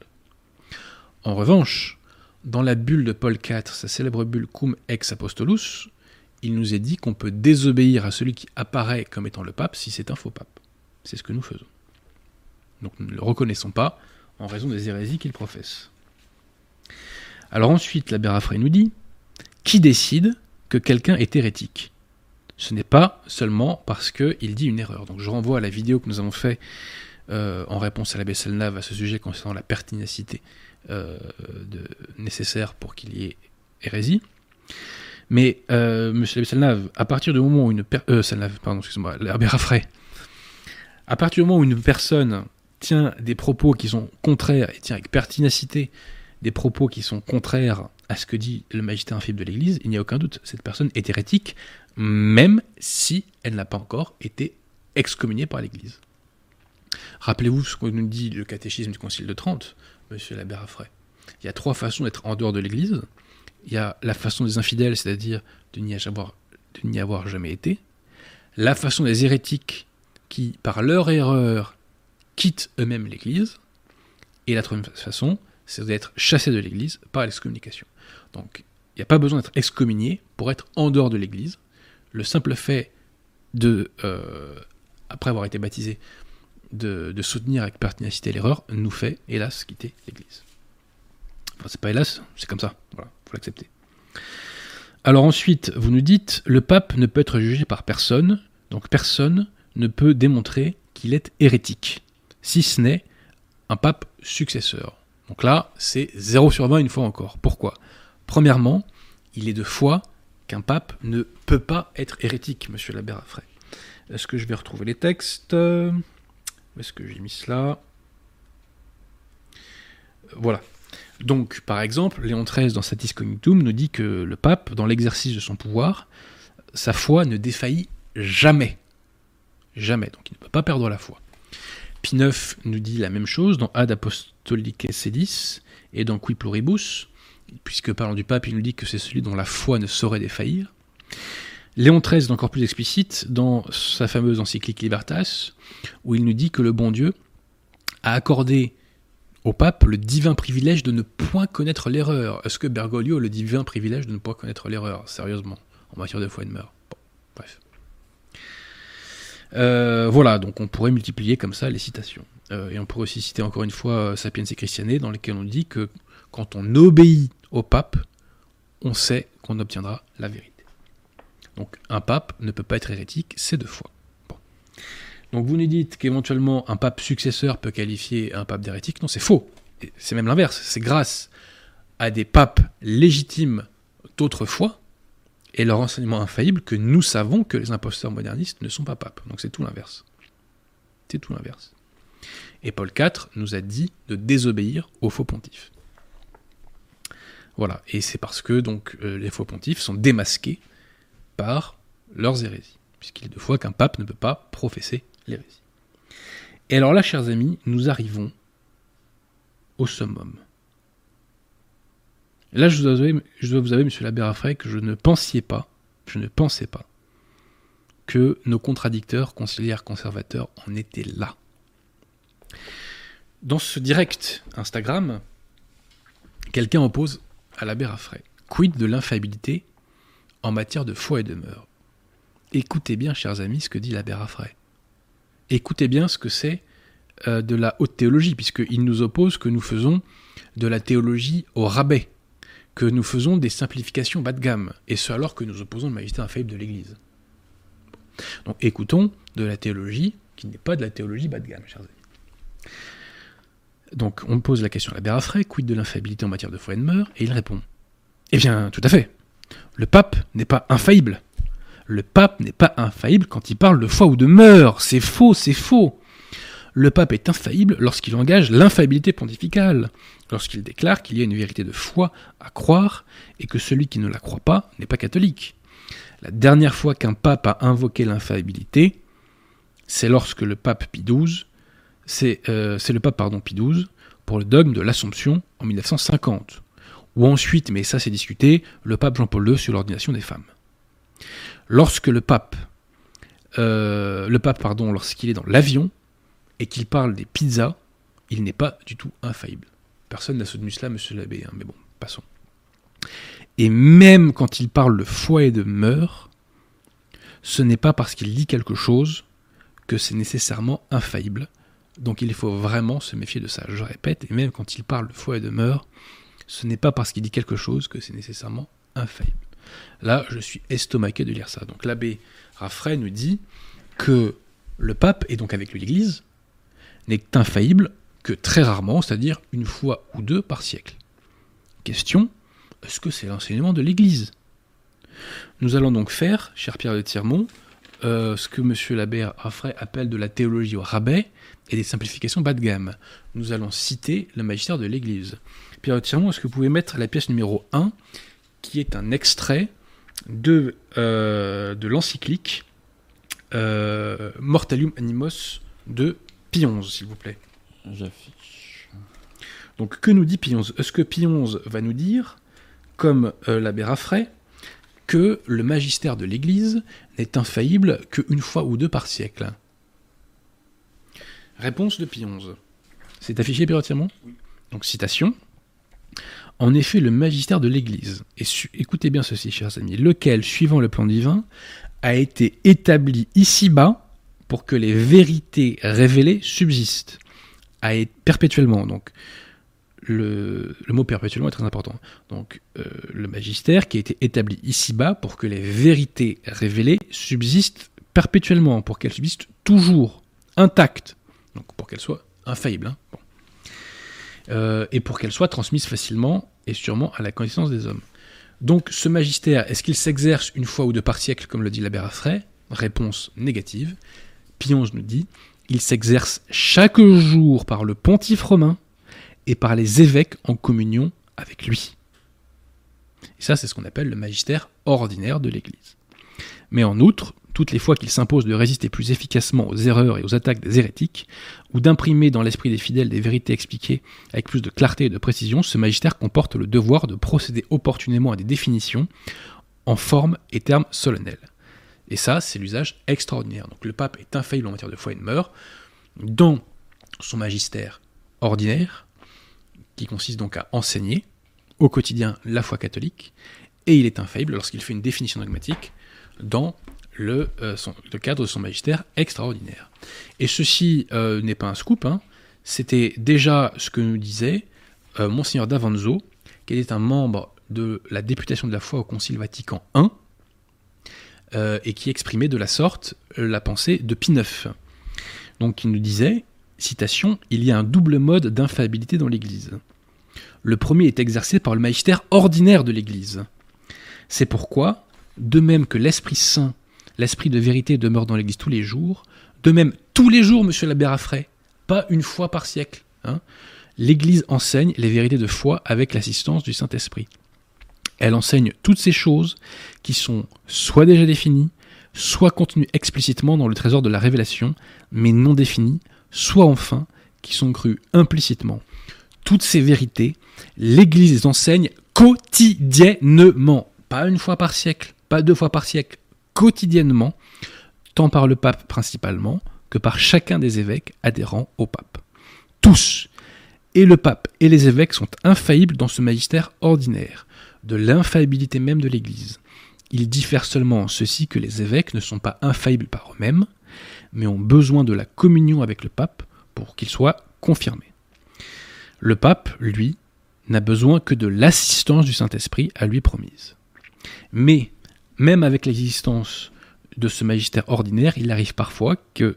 En revanche, dans la bulle de Paul IV, sa célèbre bulle Cum ex Apostolus, il nous est dit qu'on peut désobéir à celui qui apparaît comme étant le pape si c'est un faux pape. C'est ce que nous faisons. Donc nous ne le reconnaissons pas en raison des hérésies qu'il professe. Alors ensuite, l'abbé Raffray nous dit « Qui décide que quelqu'un est hérétique ?» Ce n'est pas seulement parce qu'il dit une erreur. Donc je renvoie à la vidéo que nous avons faite en réponse à l'abbé Selnave à ce sujet concernant la pertinacité nécessaire pour qu'il y ait hérésie. Mais, monsieur l'abbé Selnave, à partir du moment où l'abbé Raffray, à partir du moment où une personne tient des propos qui sont contraires, et tient avec pertinacité des propos qui sont contraires à ce que dit le magistère infaillible de l'Église, il n'y a aucun doute, cette personne est hérétique, même si elle n'a pas encore été excommuniée par l'Église. Rappelez-vous ce que nous dit le catéchisme du Concile de Trente, monsieur l'abbé Raffray. Il y a 3 façons d'être en dehors de l'Église. Il y a la façon des infidèles, c'est-à-dire de n'y avoir jamais été. La façon des hérétiques qui, par leur erreur, quittent eux-mêmes l'Église. Et la 3e façon, c'est d'être chassé de l'Église par l'excommunication. Donc, il n'y a pas besoin d'être excommunié pour être en dehors de l'Église. Le simple fait de, après avoir été baptisé, de soutenir avec pertinacité l'erreur, nous fait, hélas, quitter l'Église. Enfin, c'est pas hélas, c'est comme ça. Voilà, faut l'accepter. Alors ensuite, vous nous dites, le pape ne peut être jugé par personne, donc personne ne peut démontrer qu'il est hérétique, si ce n'est un pape successeur. Donc là, c'est 0 sur 20 une fois encore. Pourquoi ? Premièrement, il est de foi qu'un pape ne peut pas être hérétique, monsieur l'abbé Raffray. Est-ce que je vais retrouver les textes ? Où est-ce que j'ai mis cela ? Voilà. Donc, par exemple, Léon XIII, dans Satis Cognitum, nous dit que le pape, dans l'exercice de son pouvoir, sa foi ne défaillit jamais. Jamais. Donc, il ne peut pas perdre la foi. Pie IX nous dit la même chose dans Ad Apostolicae Sedis et dans Qui Pluribus, puisque parlant du pape, il nous dit que c'est celui dont la foi ne saurait défaillir. Léon XIII est encore plus explicite dans sa fameuse encyclique Libertas, où il nous dit que le bon Dieu a accordé au pape le divin privilège de ne point connaître l'erreur. Est-ce que Bergoglio a le divin privilège de ne point connaître l'erreur, sérieusement, en matière de foi et de mœurs ? Bon, bref. Voilà, donc on pourrait multiplier comme ça les citations. Et on pourrait aussi citer encore une fois Sapiens et Christiane, dans lequel on dit que quand on obéit au pape, on sait qu'on obtiendra la vérité. Donc un pape ne peut pas être hérétique, c'est de foi. Bon. Donc vous nous dites qu'éventuellement un pape successeur peut qualifier un pape d'hérétique. Non, c'est faux. Et c'est même l'inverse. C'est grâce à des papes légitimes d'autrefois et leur enseignement infaillible que nous savons que les imposteurs modernistes ne sont pas papes. Donc c'est tout l'inverse. C'est tout l'inverse. Et Paul IV nous a dit de désobéir aux faux pontifes. Voilà. Et c'est parce que donc les faux pontifes sont démasqués par leurs hérésies, puisqu'il est de foi qu'un pape ne peut pas professer l'hérésie. Et alors là, chers amis, nous arrivons au summum. Là, je dois vous avouer, monsieur l'abbé Raffray, que je ne pensais pas que nos contradicteurs conciliaires conservateurs en étaient là. Dans ce direct Instagram, quelqu'un oppose à l'abbé Raffray. Quid de l'infaillibilité en matière de foi et de mœurs? Écoutez bien, chers amis, ce que dit l'abbé Raffray. Écoutez bien ce que c'est de la haute théologie, puisqu'il nous oppose que nous faisons de la théologie au rabais, que nous faisons des simplifications bas de gamme, et ce alors que nous opposons le magistère infaillible de l'Église. Donc écoutons de la théologie qui n'est pas de la théologie bas de gamme, chers amis. Donc on pose la question à l'abbé Raffray, quid de l'infaillibilité en matière de foi et de mœurs, et il répond, eh bien, tout à fait, le pape n'est pas infaillible. Le pape n'est pas infaillible quand il parle de foi ou de mœurs, c'est faux, c'est faux. Le pape est infaillible lorsqu'il engage l'infaillibilité pontificale, lorsqu'il déclare qu'il y a une vérité de foi à croire et que celui qui ne la croit pas n'est pas catholique. La dernière fois qu'un pape a invoqué l'infaillibilité, c'est lorsque le pape Pie XII, c'est le pape Pie XII pour le dogme de l'Assomption en 1950, ou ensuite, mais ça c'est discuté, le pape Jean-Paul II sur l'ordination des femmes. Lorsque le pape, lorsqu'il est dans l'avion et qu'il parle des pizzas, il n'est pas du tout infaillible. Personne n'a soutenu cela, monsieur l'abbé, mais bon, passons. Et même quand il parle de foi et de mœurs, ce n'est pas parce qu'il dit quelque chose que c'est nécessairement infaillible. Donc il faut vraiment se méfier de ça. Je répète, et même quand il parle de foi et de mœurs, ce n'est pas parce qu'il dit quelque chose que c'est nécessairement infaillible. Là, je suis estomaqué de lire ça. Donc l'abbé Raffray nous dit que le pape, et donc avec lui l'Église, n'est infaillible que très rarement, c'est-à-dire une fois ou deux par siècle. Question, est-ce que c'est l'enseignement de l'Église ? Nous allons donc faire, cher Pierre de Tirmont, ce que monsieur l'abbé Raffray appelle de la théologie au rabais et des simplifications bas de gamme. Nous allons citer le magistère de l'Église. Pierre de Tirmont, est-ce que vous pouvez mettre la pièce numéro 1, qui est un extrait de l'encyclique Mortalium Animos de Pie XI, s'il vous plaît. J'affiche. Donc, que nous dit Pie XI ? Est-ce que Pie XI va nous dire, comme l'abbé Raffray, que le magistère de l'Église n'est infaillible qu'une fois ou deux par siècle ? Réponse de Pie XI. C'est affiché, Pierre de Tirmont ? Oui. Donc, citation. En effet, le magistère de l'Église, et écoutez bien ceci, chers amis, lequel, suivant le plan divin, a été établi ici-bas pour que les vérités révélées subsistent, perpétuellement. Donc, le mot perpétuellement est très important. Donc, le magistère qui a été établi ici-bas pour que les vérités révélées subsistent perpétuellement, pour qu'elles subsistent toujours, intactes, donc pour qu'elles soient infaillibles. Hein. Bon. Et pour qu'elle soit transmise facilement et sûrement à la connaissance des hommes. Donc ce magistère, est-ce qu'il s'exerce une fois ou deux par siècle, comme le dit l'abbé Raffray ? Réponse négative. Pie XI nous dit, il s'exerce chaque jour par le pontife romain et par les évêques en communion avec lui. Et ça, c'est ce qu'on appelle le magistère ordinaire de l'Église. Mais en outre, toutes les fois qu'il s'impose de résister plus efficacement aux erreurs et aux attaques des hérétiques, ou d'imprimer dans l'esprit des fidèles des vérités expliquées avec plus de clarté et de précision, ce magistère comporte le devoir de procéder opportunément à des définitions en forme et termes solennels. Et ça, c'est l'usage extraordinaire. Donc le pape est infaillible en matière de foi et de mœurs, dans son magistère ordinaire, qui consiste donc à enseigner au quotidien la foi catholique, et il est infaillible lorsqu'il fait une définition dogmatique dans le cadre de son magistère extraordinaire. Et ceci n'est pas un scoop, hein. C'était déjà ce que nous disait Monseigneur d'Avanzo, qui était un membre de la députation de la foi au Concile Vatican I, et qui exprimait de la sorte la pensée de Pie IX. Donc il nous disait, citation, « Il y a un double mode d'infaillibilité dans l'Église. Le premier est exercé par le magistère ordinaire de l'Église. C'est pourquoi, de même que l'Esprit Saint, l'Esprit de vérité demeure dans l'Église tous les jours, de même tous les jours, monsieur l'abbé Raffray, pas une fois par siècle, hein, l'Église enseigne les vérités de foi avec l'assistance du Saint-Esprit. Elle enseigne toutes ces choses qui sont soit déjà définies, soit contenues explicitement dans le trésor de la révélation, mais non définies, soit enfin qui sont crues implicitement. Toutes ces vérités, l'Église les enseigne quotidiennement, pas une fois par siècle, pas deux fois par siècle, quotidiennement, tant par le pape principalement, que par chacun des évêques adhérents au pape. Tous, et le pape et les évêques sont infaillibles dans ce magistère ordinaire, de l'infaillibilité même de l'Église. Ils diffèrent seulement en ceci que les évêques ne sont pas infaillibles par eux-mêmes, mais ont besoin de la communion avec le pape pour qu'il soit confirmé. Le pape, lui, n'a besoin que de l'assistance du Saint-Esprit à lui promise. Mais, même avec l'existence de ce magistère ordinaire, il arrive parfois que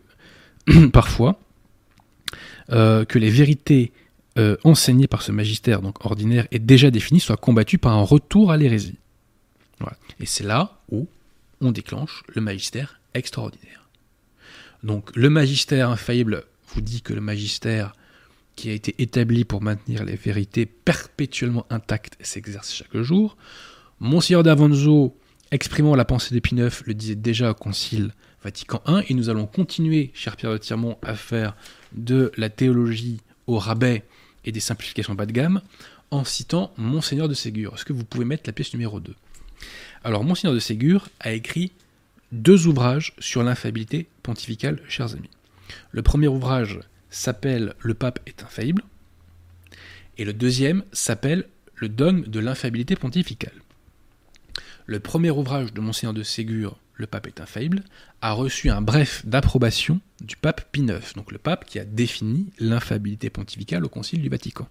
les vérités enseignées par ce magistère donc ordinaire et déjà définies soient combattues par un retour à l'hérésie. Voilà. Et c'est là où on déclenche le magistère extraordinaire. Donc le magistère infaillible vous dit que le magistère qui a été établi pour maintenir les vérités perpétuellement intactes s'exerce chaque jour. Monseigneur d'Avanzo, exprimant la pensée de Pie IX, le disait déjà au Concile Vatican I, et nous allons continuer, cher Pierre de Tirmont, à faire de la théologie au rabais et des simplifications bas de gamme, en citant Monseigneur de Ségur. Est-ce que vous pouvez mettre la pièce numéro 2 ? Alors, Monseigneur de Ségur a écrit 2 ouvrages sur l'infaillibilité pontificale, chers amis. Le premier ouvrage s'appelle « Le pape est infaillible » et le deuxième s'appelle « Le dogme de l'infaillibilité pontificale ». Le premier ouvrage de Monseigneur de Ségur, le pape est infaillible, a reçu un bref d'approbation du pape Pie IX, donc le pape qui a défini l'infaillibilité pontificale au Concile du Vatican.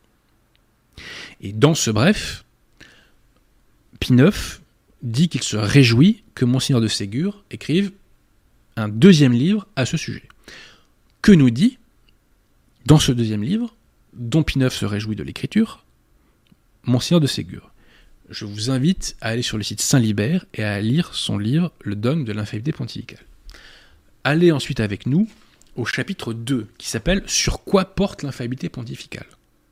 Et dans ce bref, Pie IX dit qu'il se réjouit que Monseigneur de Ségur écrive un deuxième livre à ce sujet. Que nous dit, dans ce deuxième livre, dont Pie IX se réjouit de l'écriture, Monseigneur de Ségur? Je vous invite à aller sur le site Saint-Libert et à lire son livre « Le dogme de l'infaillibilité pontificale ». Allez ensuite avec nous au chapitre 2, qui s'appelle « Sur quoi porte l'infaillibilité pontificale ».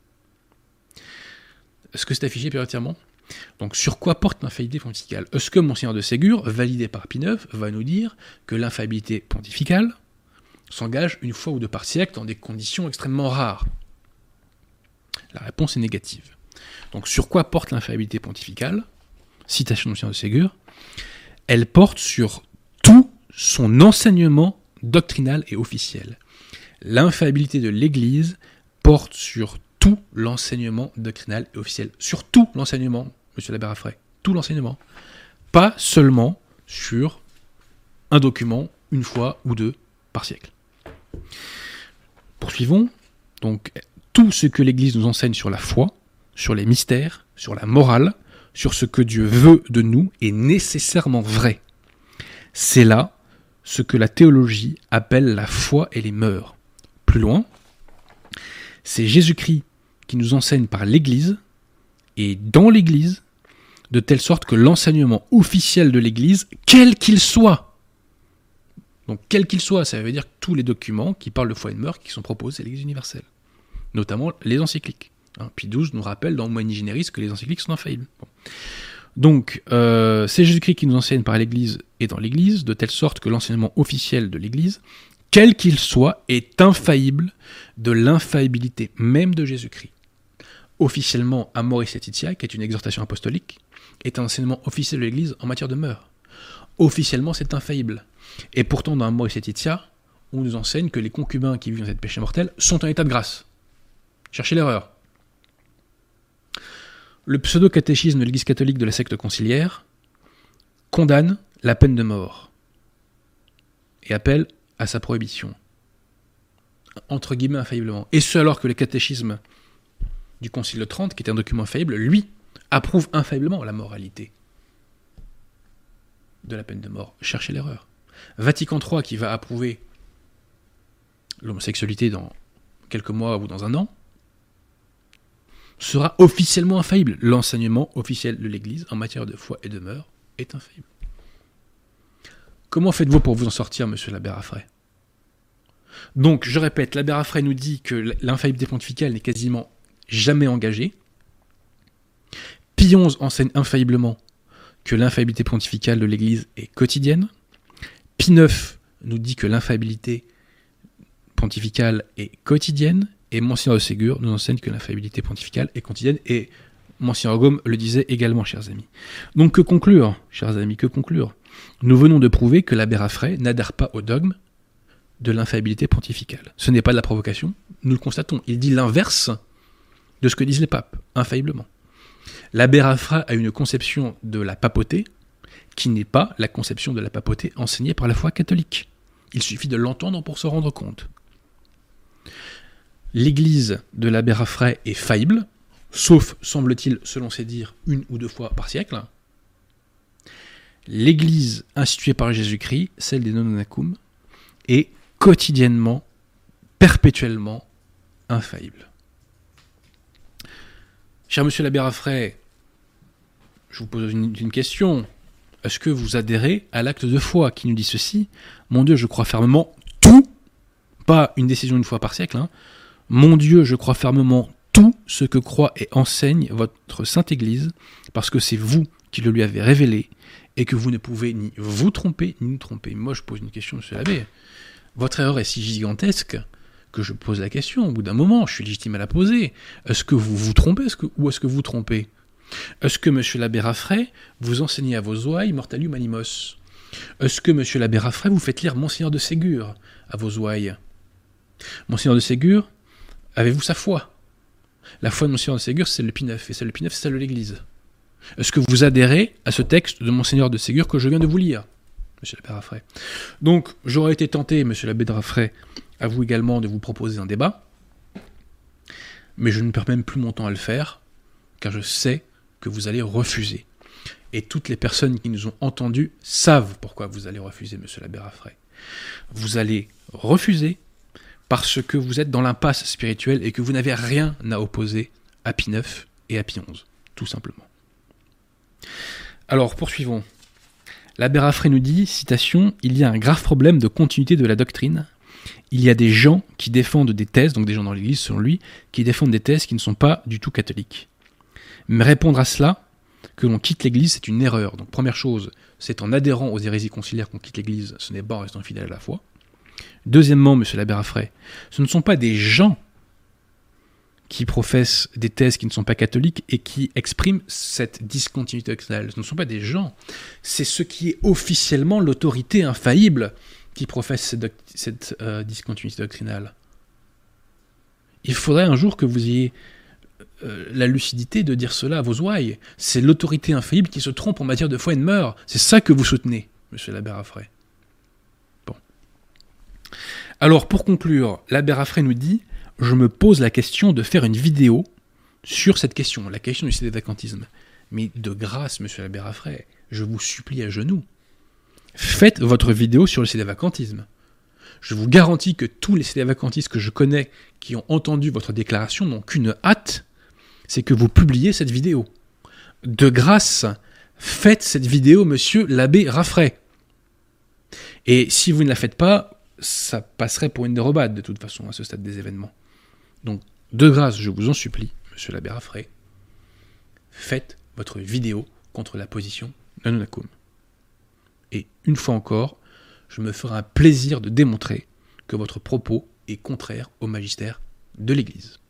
Est-ce que c'est affiché prioritairement ? Donc, sur quoi porte l'infaillibilité pontificale ? Est-ce que Monseigneur de Ségur, validé par Pie IX, va nous dire que l'infaillibilité pontificale s'engage une fois ou deux par siècle dans des conditions extrêmement rares ? La réponse est négative. Donc, sur quoi porte l'infaillibilité pontificale ? Citation de Monseigneur de Ségur. Elle porte sur tout son enseignement doctrinal et officiel. L'infaillibilité de l'Église porte sur tout l'enseignement doctrinal et officiel. Sur tout l'enseignement, monsieur l'abbé Raffray. Tout l'enseignement. Pas seulement sur un document, une fois ou deux par siècle. Poursuivons. Donc, tout ce que l'Église nous enseigne sur la foi, sur les mystères, sur la morale, sur ce que Dieu veut de nous est nécessairement vrai. C'est là ce que la théologie appelle la foi et les mœurs. Plus loin, c'est Jésus-Christ qui nous enseigne par l'Église et dans l'Église, de telle sorte que l'enseignement officiel de l'Église, quel qu'il soit, donc quel qu'il soit, ça veut dire tous les documents qui parlent de foi et de mœurs qui sont proposés à l'Église universelle, notamment les encycliques. Pie XII nous rappelle dans Humani Generis que les encycliques sont infaillibles. Bon. Donc, c'est Jésus-Christ qui nous enseigne par l'Église et dans l'Église, de telle sorte que l'enseignement officiel de l'Église, quel qu'il soit, est infaillible de l'infaillibilité même de Jésus-Christ. Officiellement, Amoris Laetitia, qui est une exhortation apostolique, est un enseignement officiel de l'Église en matière de mœurs. Officiellement, c'est infaillible. Et pourtant, dans Amoris Laetitia, on nous enseigne que les concubins qui vivent dans cette péché mortel sont en état de grâce. Cherchez l'erreur. Le pseudo-catéchisme de l'Église catholique de la secte conciliaire condamne la peine de mort et appelle à sa prohibition, entre guillemets infailliblement. Et ce alors que le catéchisme du Concile de Trente, qui est un document infaillible, lui, approuve infailliblement la moralité de la peine de mort. Cherchez l'erreur. Vatican III, qui va approuver l'homosexualité dans quelques mois ou dans un an, sera officiellement infaillible. L'enseignement officiel de l'Église en matière de foi et de mœurs est infaillible. Comment faites-vous pour vous en sortir, monsieur l'abbé Raffray ? Donc, je répète, l'abbé Raffray nous dit que l'infaillibilité pontificale n'est quasiment jamais engagée. Pie XI enseigne infailliblement que l'infaillibilité pontificale de l'Église est quotidienne. Pie IX nous dit que l'infaillibilité pontificale est quotidienne. Et Monseigneur de Ségur nous enseigne que l'infaillibilité pontificale est quotidienne, et Monseigneur Gaume le disait également, chers amis. Donc que conclure, chers amis, que conclure ? Nous venons de prouver que l'abbé Raffray n'adhère pas au dogme de l'infaillibilité pontificale. Ce n'est pas de la provocation, nous le constatons. Il dit l'inverse de ce que disent les papes, infailliblement. L'abbé Raffray a une conception de la papauté qui n'est pas la conception de la papauté enseignée par la foi catholique. Il suffit de l'entendre pour se rendre compte. L'Église de l'abbé Raffray est faillible, sauf, semble-t-il, selon ses dires, une ou deux fois par siècle. L'Église instituée par Jésus-Christ, celle des Nononacum, est quotidiennement, perpétuellement infaillible. Cher monsieur l'abbé Raffray, je vous pose une question. Est-ce que vous adhérez à l'acte de foi qui nous dit ceci ? Mon Dieu, je crois fermement tout, pas une décision une fois par siècle, Mon Dieu, je crois fermement tout ce que croit et enseigne votre Sainte Église, parce que c'est vous qui le lui avez révélé, et que vous ne pouvez ni vous tromper, ni nous tromper. Moi, je pose une question, monsieur l'abbé. Votre erreur est si gigantesque que je pose la question. Au bout d'un moment, je suis légitime à la poser. Est-ce que vous vous trompez ou est-ce que vous trompez ? Est-ce que monsieur l'abbé Raffray, vous enseignez à vos ouailles Mortalium Animos ? Est-ce que monsieur l'abbé Raffray, vous faites lire Monseigneur de Ségur à vos ouailles ? Monseigneur de Ségur, avez-vous sa foi ? La foi de Monseigneur de Ségur, c'est celle de Pie IX, et celle de Pie IX, c'est celle de l'Église. Est-ce que vous adhérez à ce texte de Monseigneur de Ségur que je viens de vous lire ? monsieur l'abbé Raffray. Donc, j'aurais été tenté, monsieur l'abbé de Raffray, à vous également, de vous proposer un débat, mais je ne perds même plus mon temps à le faire, car je sais que vous allez refuser. Et toutes les personnes qui nous ont entendus savent pourquoi vous allez refuser, monsieur l'abbé Raffray. Vous allez refuser parce que vous êtes dans l'impasse spirituelle et que vous n'avez rien à opposer à Pie IX et à Pie XI, tout simplement. Alors, poursuivons. L'abbé Raffray nous dit, citation, « Il y a un grave problème de continuité de la doctrine. Il y a des gens qui défendent des thèses, donc des gens dans l'Église selon lui, qui défendent des thèses qui ne sont pas du tout catholiques. Mais répondre à cela, que l'on quitte l'Église, c'est une erreur. Donc première chose, c'est en adhérant aux hérésies conciliaires qu'on quitte l'Église, ce n'est pas en restant fidèle à la foi. Deuxièmement, monsieur l'abbé Raffray, ce ne sont pas des gens qui professent des thèses qui ne sont pas catholiques et qui expriment cette discontinuité doctrinale. Ce ne sont pas des gens, c'est ce qui est officiellement l'autorité infaillible qui professe cette discontinuité doctrinale. Il faudrait un jour que vous ayez la lucidité de dire cela à vos ouailles. C'est l'autorité infaillible qui se trompe en matière de foi et de mœurs. C'est ça que vous soutenez, monsieur l'abbé Raffray. Bon. Alors, pour conclure, l'abbé Raffray nous dit « Je me pose la question de faire une vidéo sur cette question, la question du sédévacantisme. Mais de grâce, monsieur l'abbé Raffray, je vous supplie à genoux, faites votre vidéo sur le sédévacantisme. Je vous garantis que tous les sédévacantistes que je connais qui ont entendu votre déclaration n'ont qu'une hâte, c'est que vous publiez cette vidéo. De grâce, faites cette vidéo, monsieur l'abbé Raffray. Et si vous ne la faites pas, ça passerait pour une dérobade, de toute façon, à ce stade des événements. Donc, de grâce, je vous en supplie, monsieur l'abbé Raffray, faites votre vidéo contre la position d'Anunnakum. Et une fois encore, je me ferai un plaisir de démontrer que votre propos est contraire au magistère de l'Église.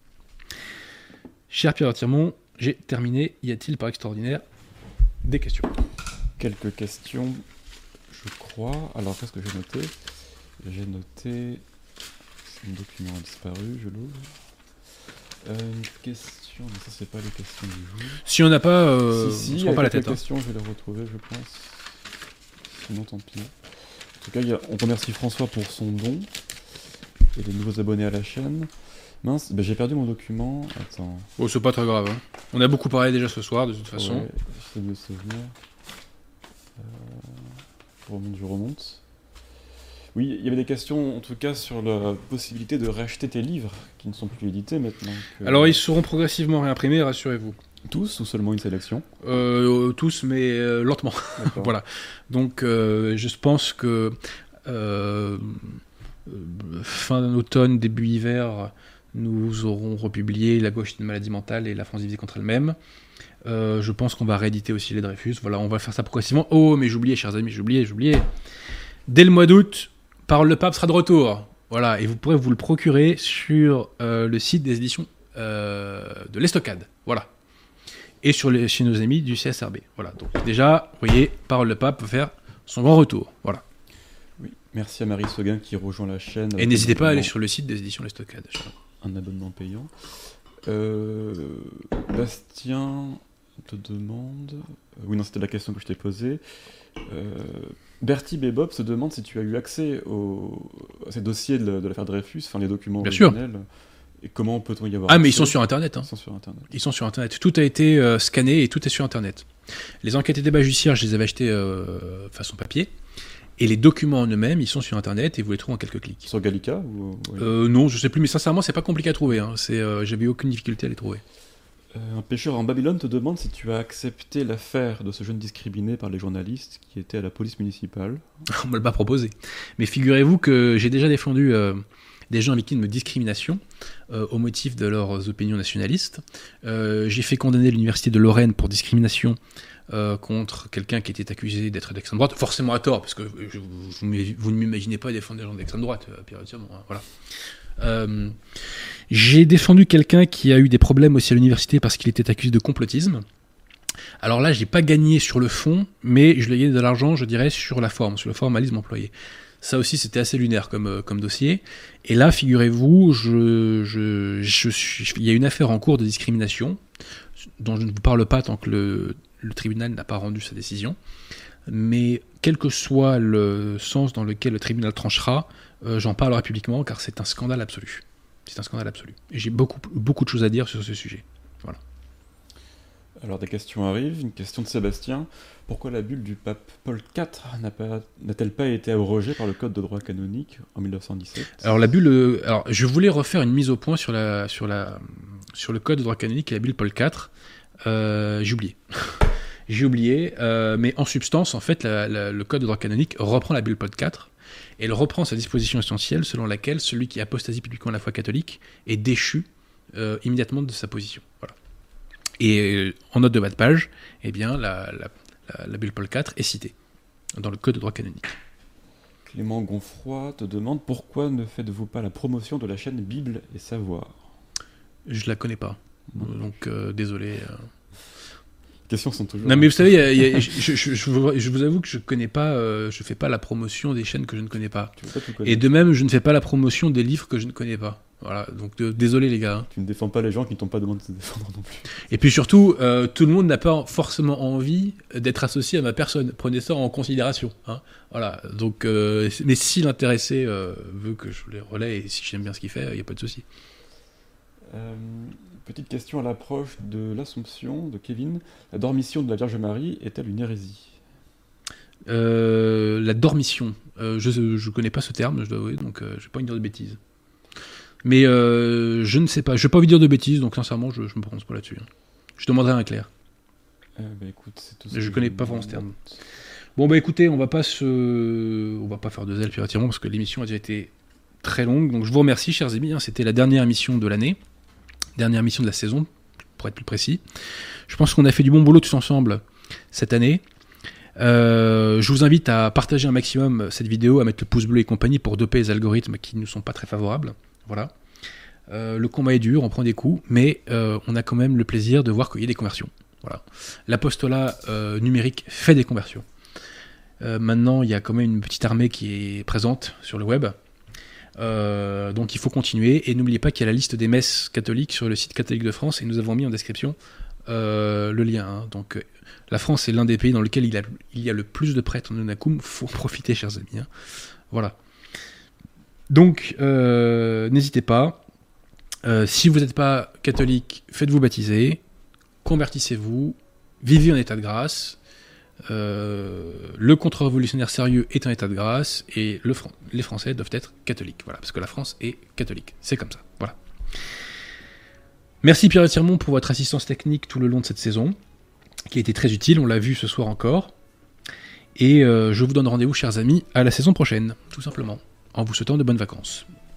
Cher Pierre Tirmont, j'ai terminé. Y a-t-il par extraordinaire des questions? Quelques questions, je crois. Alors, qu'est-ce que j'ai noté? J'ai noté... Mon document a disparu, je l'ouvre. Une question, mais ça, c'est pas les questions du jour. Si on n'a pas, on si, se prend pas la tête. Questions, je vais les retrouver, je pense. Sinon, tant pis. En tout cas, on remercie François pour son don et les nouveaux abonnés à la chaîne. Mince, j'ai perdu mon document. Attends. Oh, c'est pas très grave. Hein. On a beaucoup parlé déjà ce soir, de toute façon. Ouais, j'essaie de me souvenir. Je remonte. Oui, il y avait des questions, en tout cas, sur la possibilité de racheter tes livres, qui ne sont plus édités maintenant. Alors, ils seront progressivement réimprimés, rassurez-vous. Tous ou seulement une sélection? Tous, mais lentement. Voilà. Donc, je pense que fin d'automne, début hiver, nous aurons republié La gauche est une maladie mentale et La France divisée contre elle-même. Je pense qu'on va rééditer aussi les Dreyfus. Voilà, on va faire ça progressivement. Oh, mais j'oubliais, chers amis, j'oubliais. Dès le mois d'août, Parole le Pape sera de retour. Voilà, et vous pourrez vous le procurer sur le site des éditions de l'Estocade. Voilà. Et chez nos amis du CSRB. Voilà, donc déjà, vous voyez, Parole le Pape va faire son grand retour. Voilà. Oui, merci à Marie Seguin qui rejoint la chaîne. Et n'hésitez pas à aller sur le site des éditions l'Estocade. Un abonnement payant. Bastien te demande... oui, non, c'était la question que je t'ai posée. Bertie Bebop se demande si tu as eu accès à ces dossiers de l'affaire Dreyfus, enfin les documents originels. Sûr. Et comment peut-on y avoir accès? Mais ils sont sur Internet. Hein. Ils sont sur Internet. Tout a été scanné et tout est sur Internet. Les enquêtes et débats judiciaires, je les avais achetés façon papier. Et les documents en eux-mêmes, ils sont sur Internet et vous les trouvez en quelques clics. Sur Gallica Non, je sais plus, mais sincèrement, c'est pas compliqué à trouver. Hein. J'avais aucune difficulté à les trouver. Un pêcheur en Babylone te demande si tu as accepté l'affaire de ce jeune discriminé par les journalistes qui était à la police municipale. On me l'a pas proposé. Mais figurez-vous que j'ai déjà défendu des gens victimes de discrimination au motif de leurs opinions nationalistes. J'ai fait condamner l'université de Lorraine pour discrimination contre quelqu'un qui était accusé d'être d'extrême droite, forcément à tort, parce que vous ne m'imaginez pas défendre des gens d'extrême droite, périodiquement, voilà. J'ai défendu quelqu'un qui a eu des problèmes aussi à l'université parce qu'il était accusé de complotisme. Alors là, je n'ai pas gagné sur le fond, mais je l'ai gagné de l'argent, je dirais, sur la forme, sur le formalisme employé. Ça aussi, c'était assez lunaire comme dossier. Et là, figurez-vous, il y a une affaire en cours de discrimination, dont je ne vous parle pas tant que le tribunal n'a pas rendu sa décision. mais quel que soit le sens dans lequel le tribunal tranchera, j'en parlerai publiquement, car c'est un scandale absolu. C'est un scandale absolu. Et j'ai beaucoup de choses à dire sur ce sujet. Voilà. Alors des questions arrivent. Une question de Sébastien. Pourquoi la bulle du pape Paul IV n'a-t-elle pas été abrogée par le Code de droit canonique en 1917 ? Alors la bulle, je voulais refaire une mise au point sur le Code de droit canonique et la bulle Paul IV. J'ai oublié. J'ai oublié, mais en substance, en fait, le Code de droit canonique reprend la bulle Paul IV et elle reprend sa disposition essentielle selon laquelle celui qui apostasie publiquement la foi catholique est déchu immédiatement de sa position. Voilà. Et en note de bas de page, eh bien, la bulle Paul IV est citée dans le Code de droit canonique. Clément Gonfroy te demande pourquoi ne faites-vous pas la promotion de la chaîne Bible et Savoir ? Je la connais pas, donc désolé. Les questions sont toujours... Non mais vous savez, je vous avoue que je connais pas, je fais pas la promotion des chaînes que je ne connais pas. Tu veux pas tout connaître. Et de même, je ne fais pas la promotion des livres que je ne connais pas. Voilà, donc désolé les gars. Tu ne défends pas les gens qui ne t'ont pas demandé de se défendre non plus. Et puis surtout, tout le monde n'a pas forcément envie d'être associé à ma personne. Prenez ça en considération. Hein. Voilà, donc, mais si l'intéressé veut que je les relaie et si j'aime bien ce qu'il fait, il n'y a pas de souci. Petite question à l'approche de l'Assomption de Kevin. La dormition de la Vierge Marie est-elle une hérésie ? La dormition. Je connais pas ce terme, je dois avouer, donc je vais pas envie de dire de bêtises. Mais je ne sais pas. Je vais pas envie de dire de bêtises, donc sincèrement, je me prononce pas là-dessus. Hein. Je demanderai à un clerc. Écoute, c'est tout ce Mais je que connais pas vraiment ce terme. Bon, écoutez, on va pas faire de zèle puis retirement parce que l'émission a déjà été très longue. Donc je vous remercie, chers amis. Hein, c'était la dernière émission de l'année. Dernière émission de la saison, pour être plus précis. Je pense qu'on a fait du bon boulot tous ensemble cette année. Je vous invite à partager un maximum cette vidéo, à mettre le pouce bleu et compagnie pour doper les algorithmes qui ne sont pas très favorables. Voilà. Le combat est dur, on prend des coups, mais on a quand même le plaisir de voir qu'il y a des conversions. Voilà. L'apostolat numérique fait des conversions. Maintenant, il y a quand même une petite armée qui est présente sur le web. Donc il faut continuer. Et n'oubliez pas qu'il y a la liste des messes catholiques sur le site catholique de France et nous avons mis en description le lien. Hein. Donc la France est l'un des pays dans lequel il y a le plus de prêtres en Nonacum. Il faut en profiter, chers amis. Hein. Voilà. Donc n'hésitez pas. Si vous n'êtes pas catholique, faites-vous baptiser. Convertissez-vous. Vivez en état de grâce. Le contre-révolutionnaire sérieux est en état de grâce et les Français doivent être catholiques, voilà, parce que la France est catholique, c'est comme ça, voilà. Merci Pierre Tirmont pour votre assistance technique tout le long de cette saison, qui a été très utile, on l'a vu ce soir encore, et je vous donne rendez-vous, chers amis, à la saison prochaine, tout simplement, en vous souhaitant de bonnes vacances.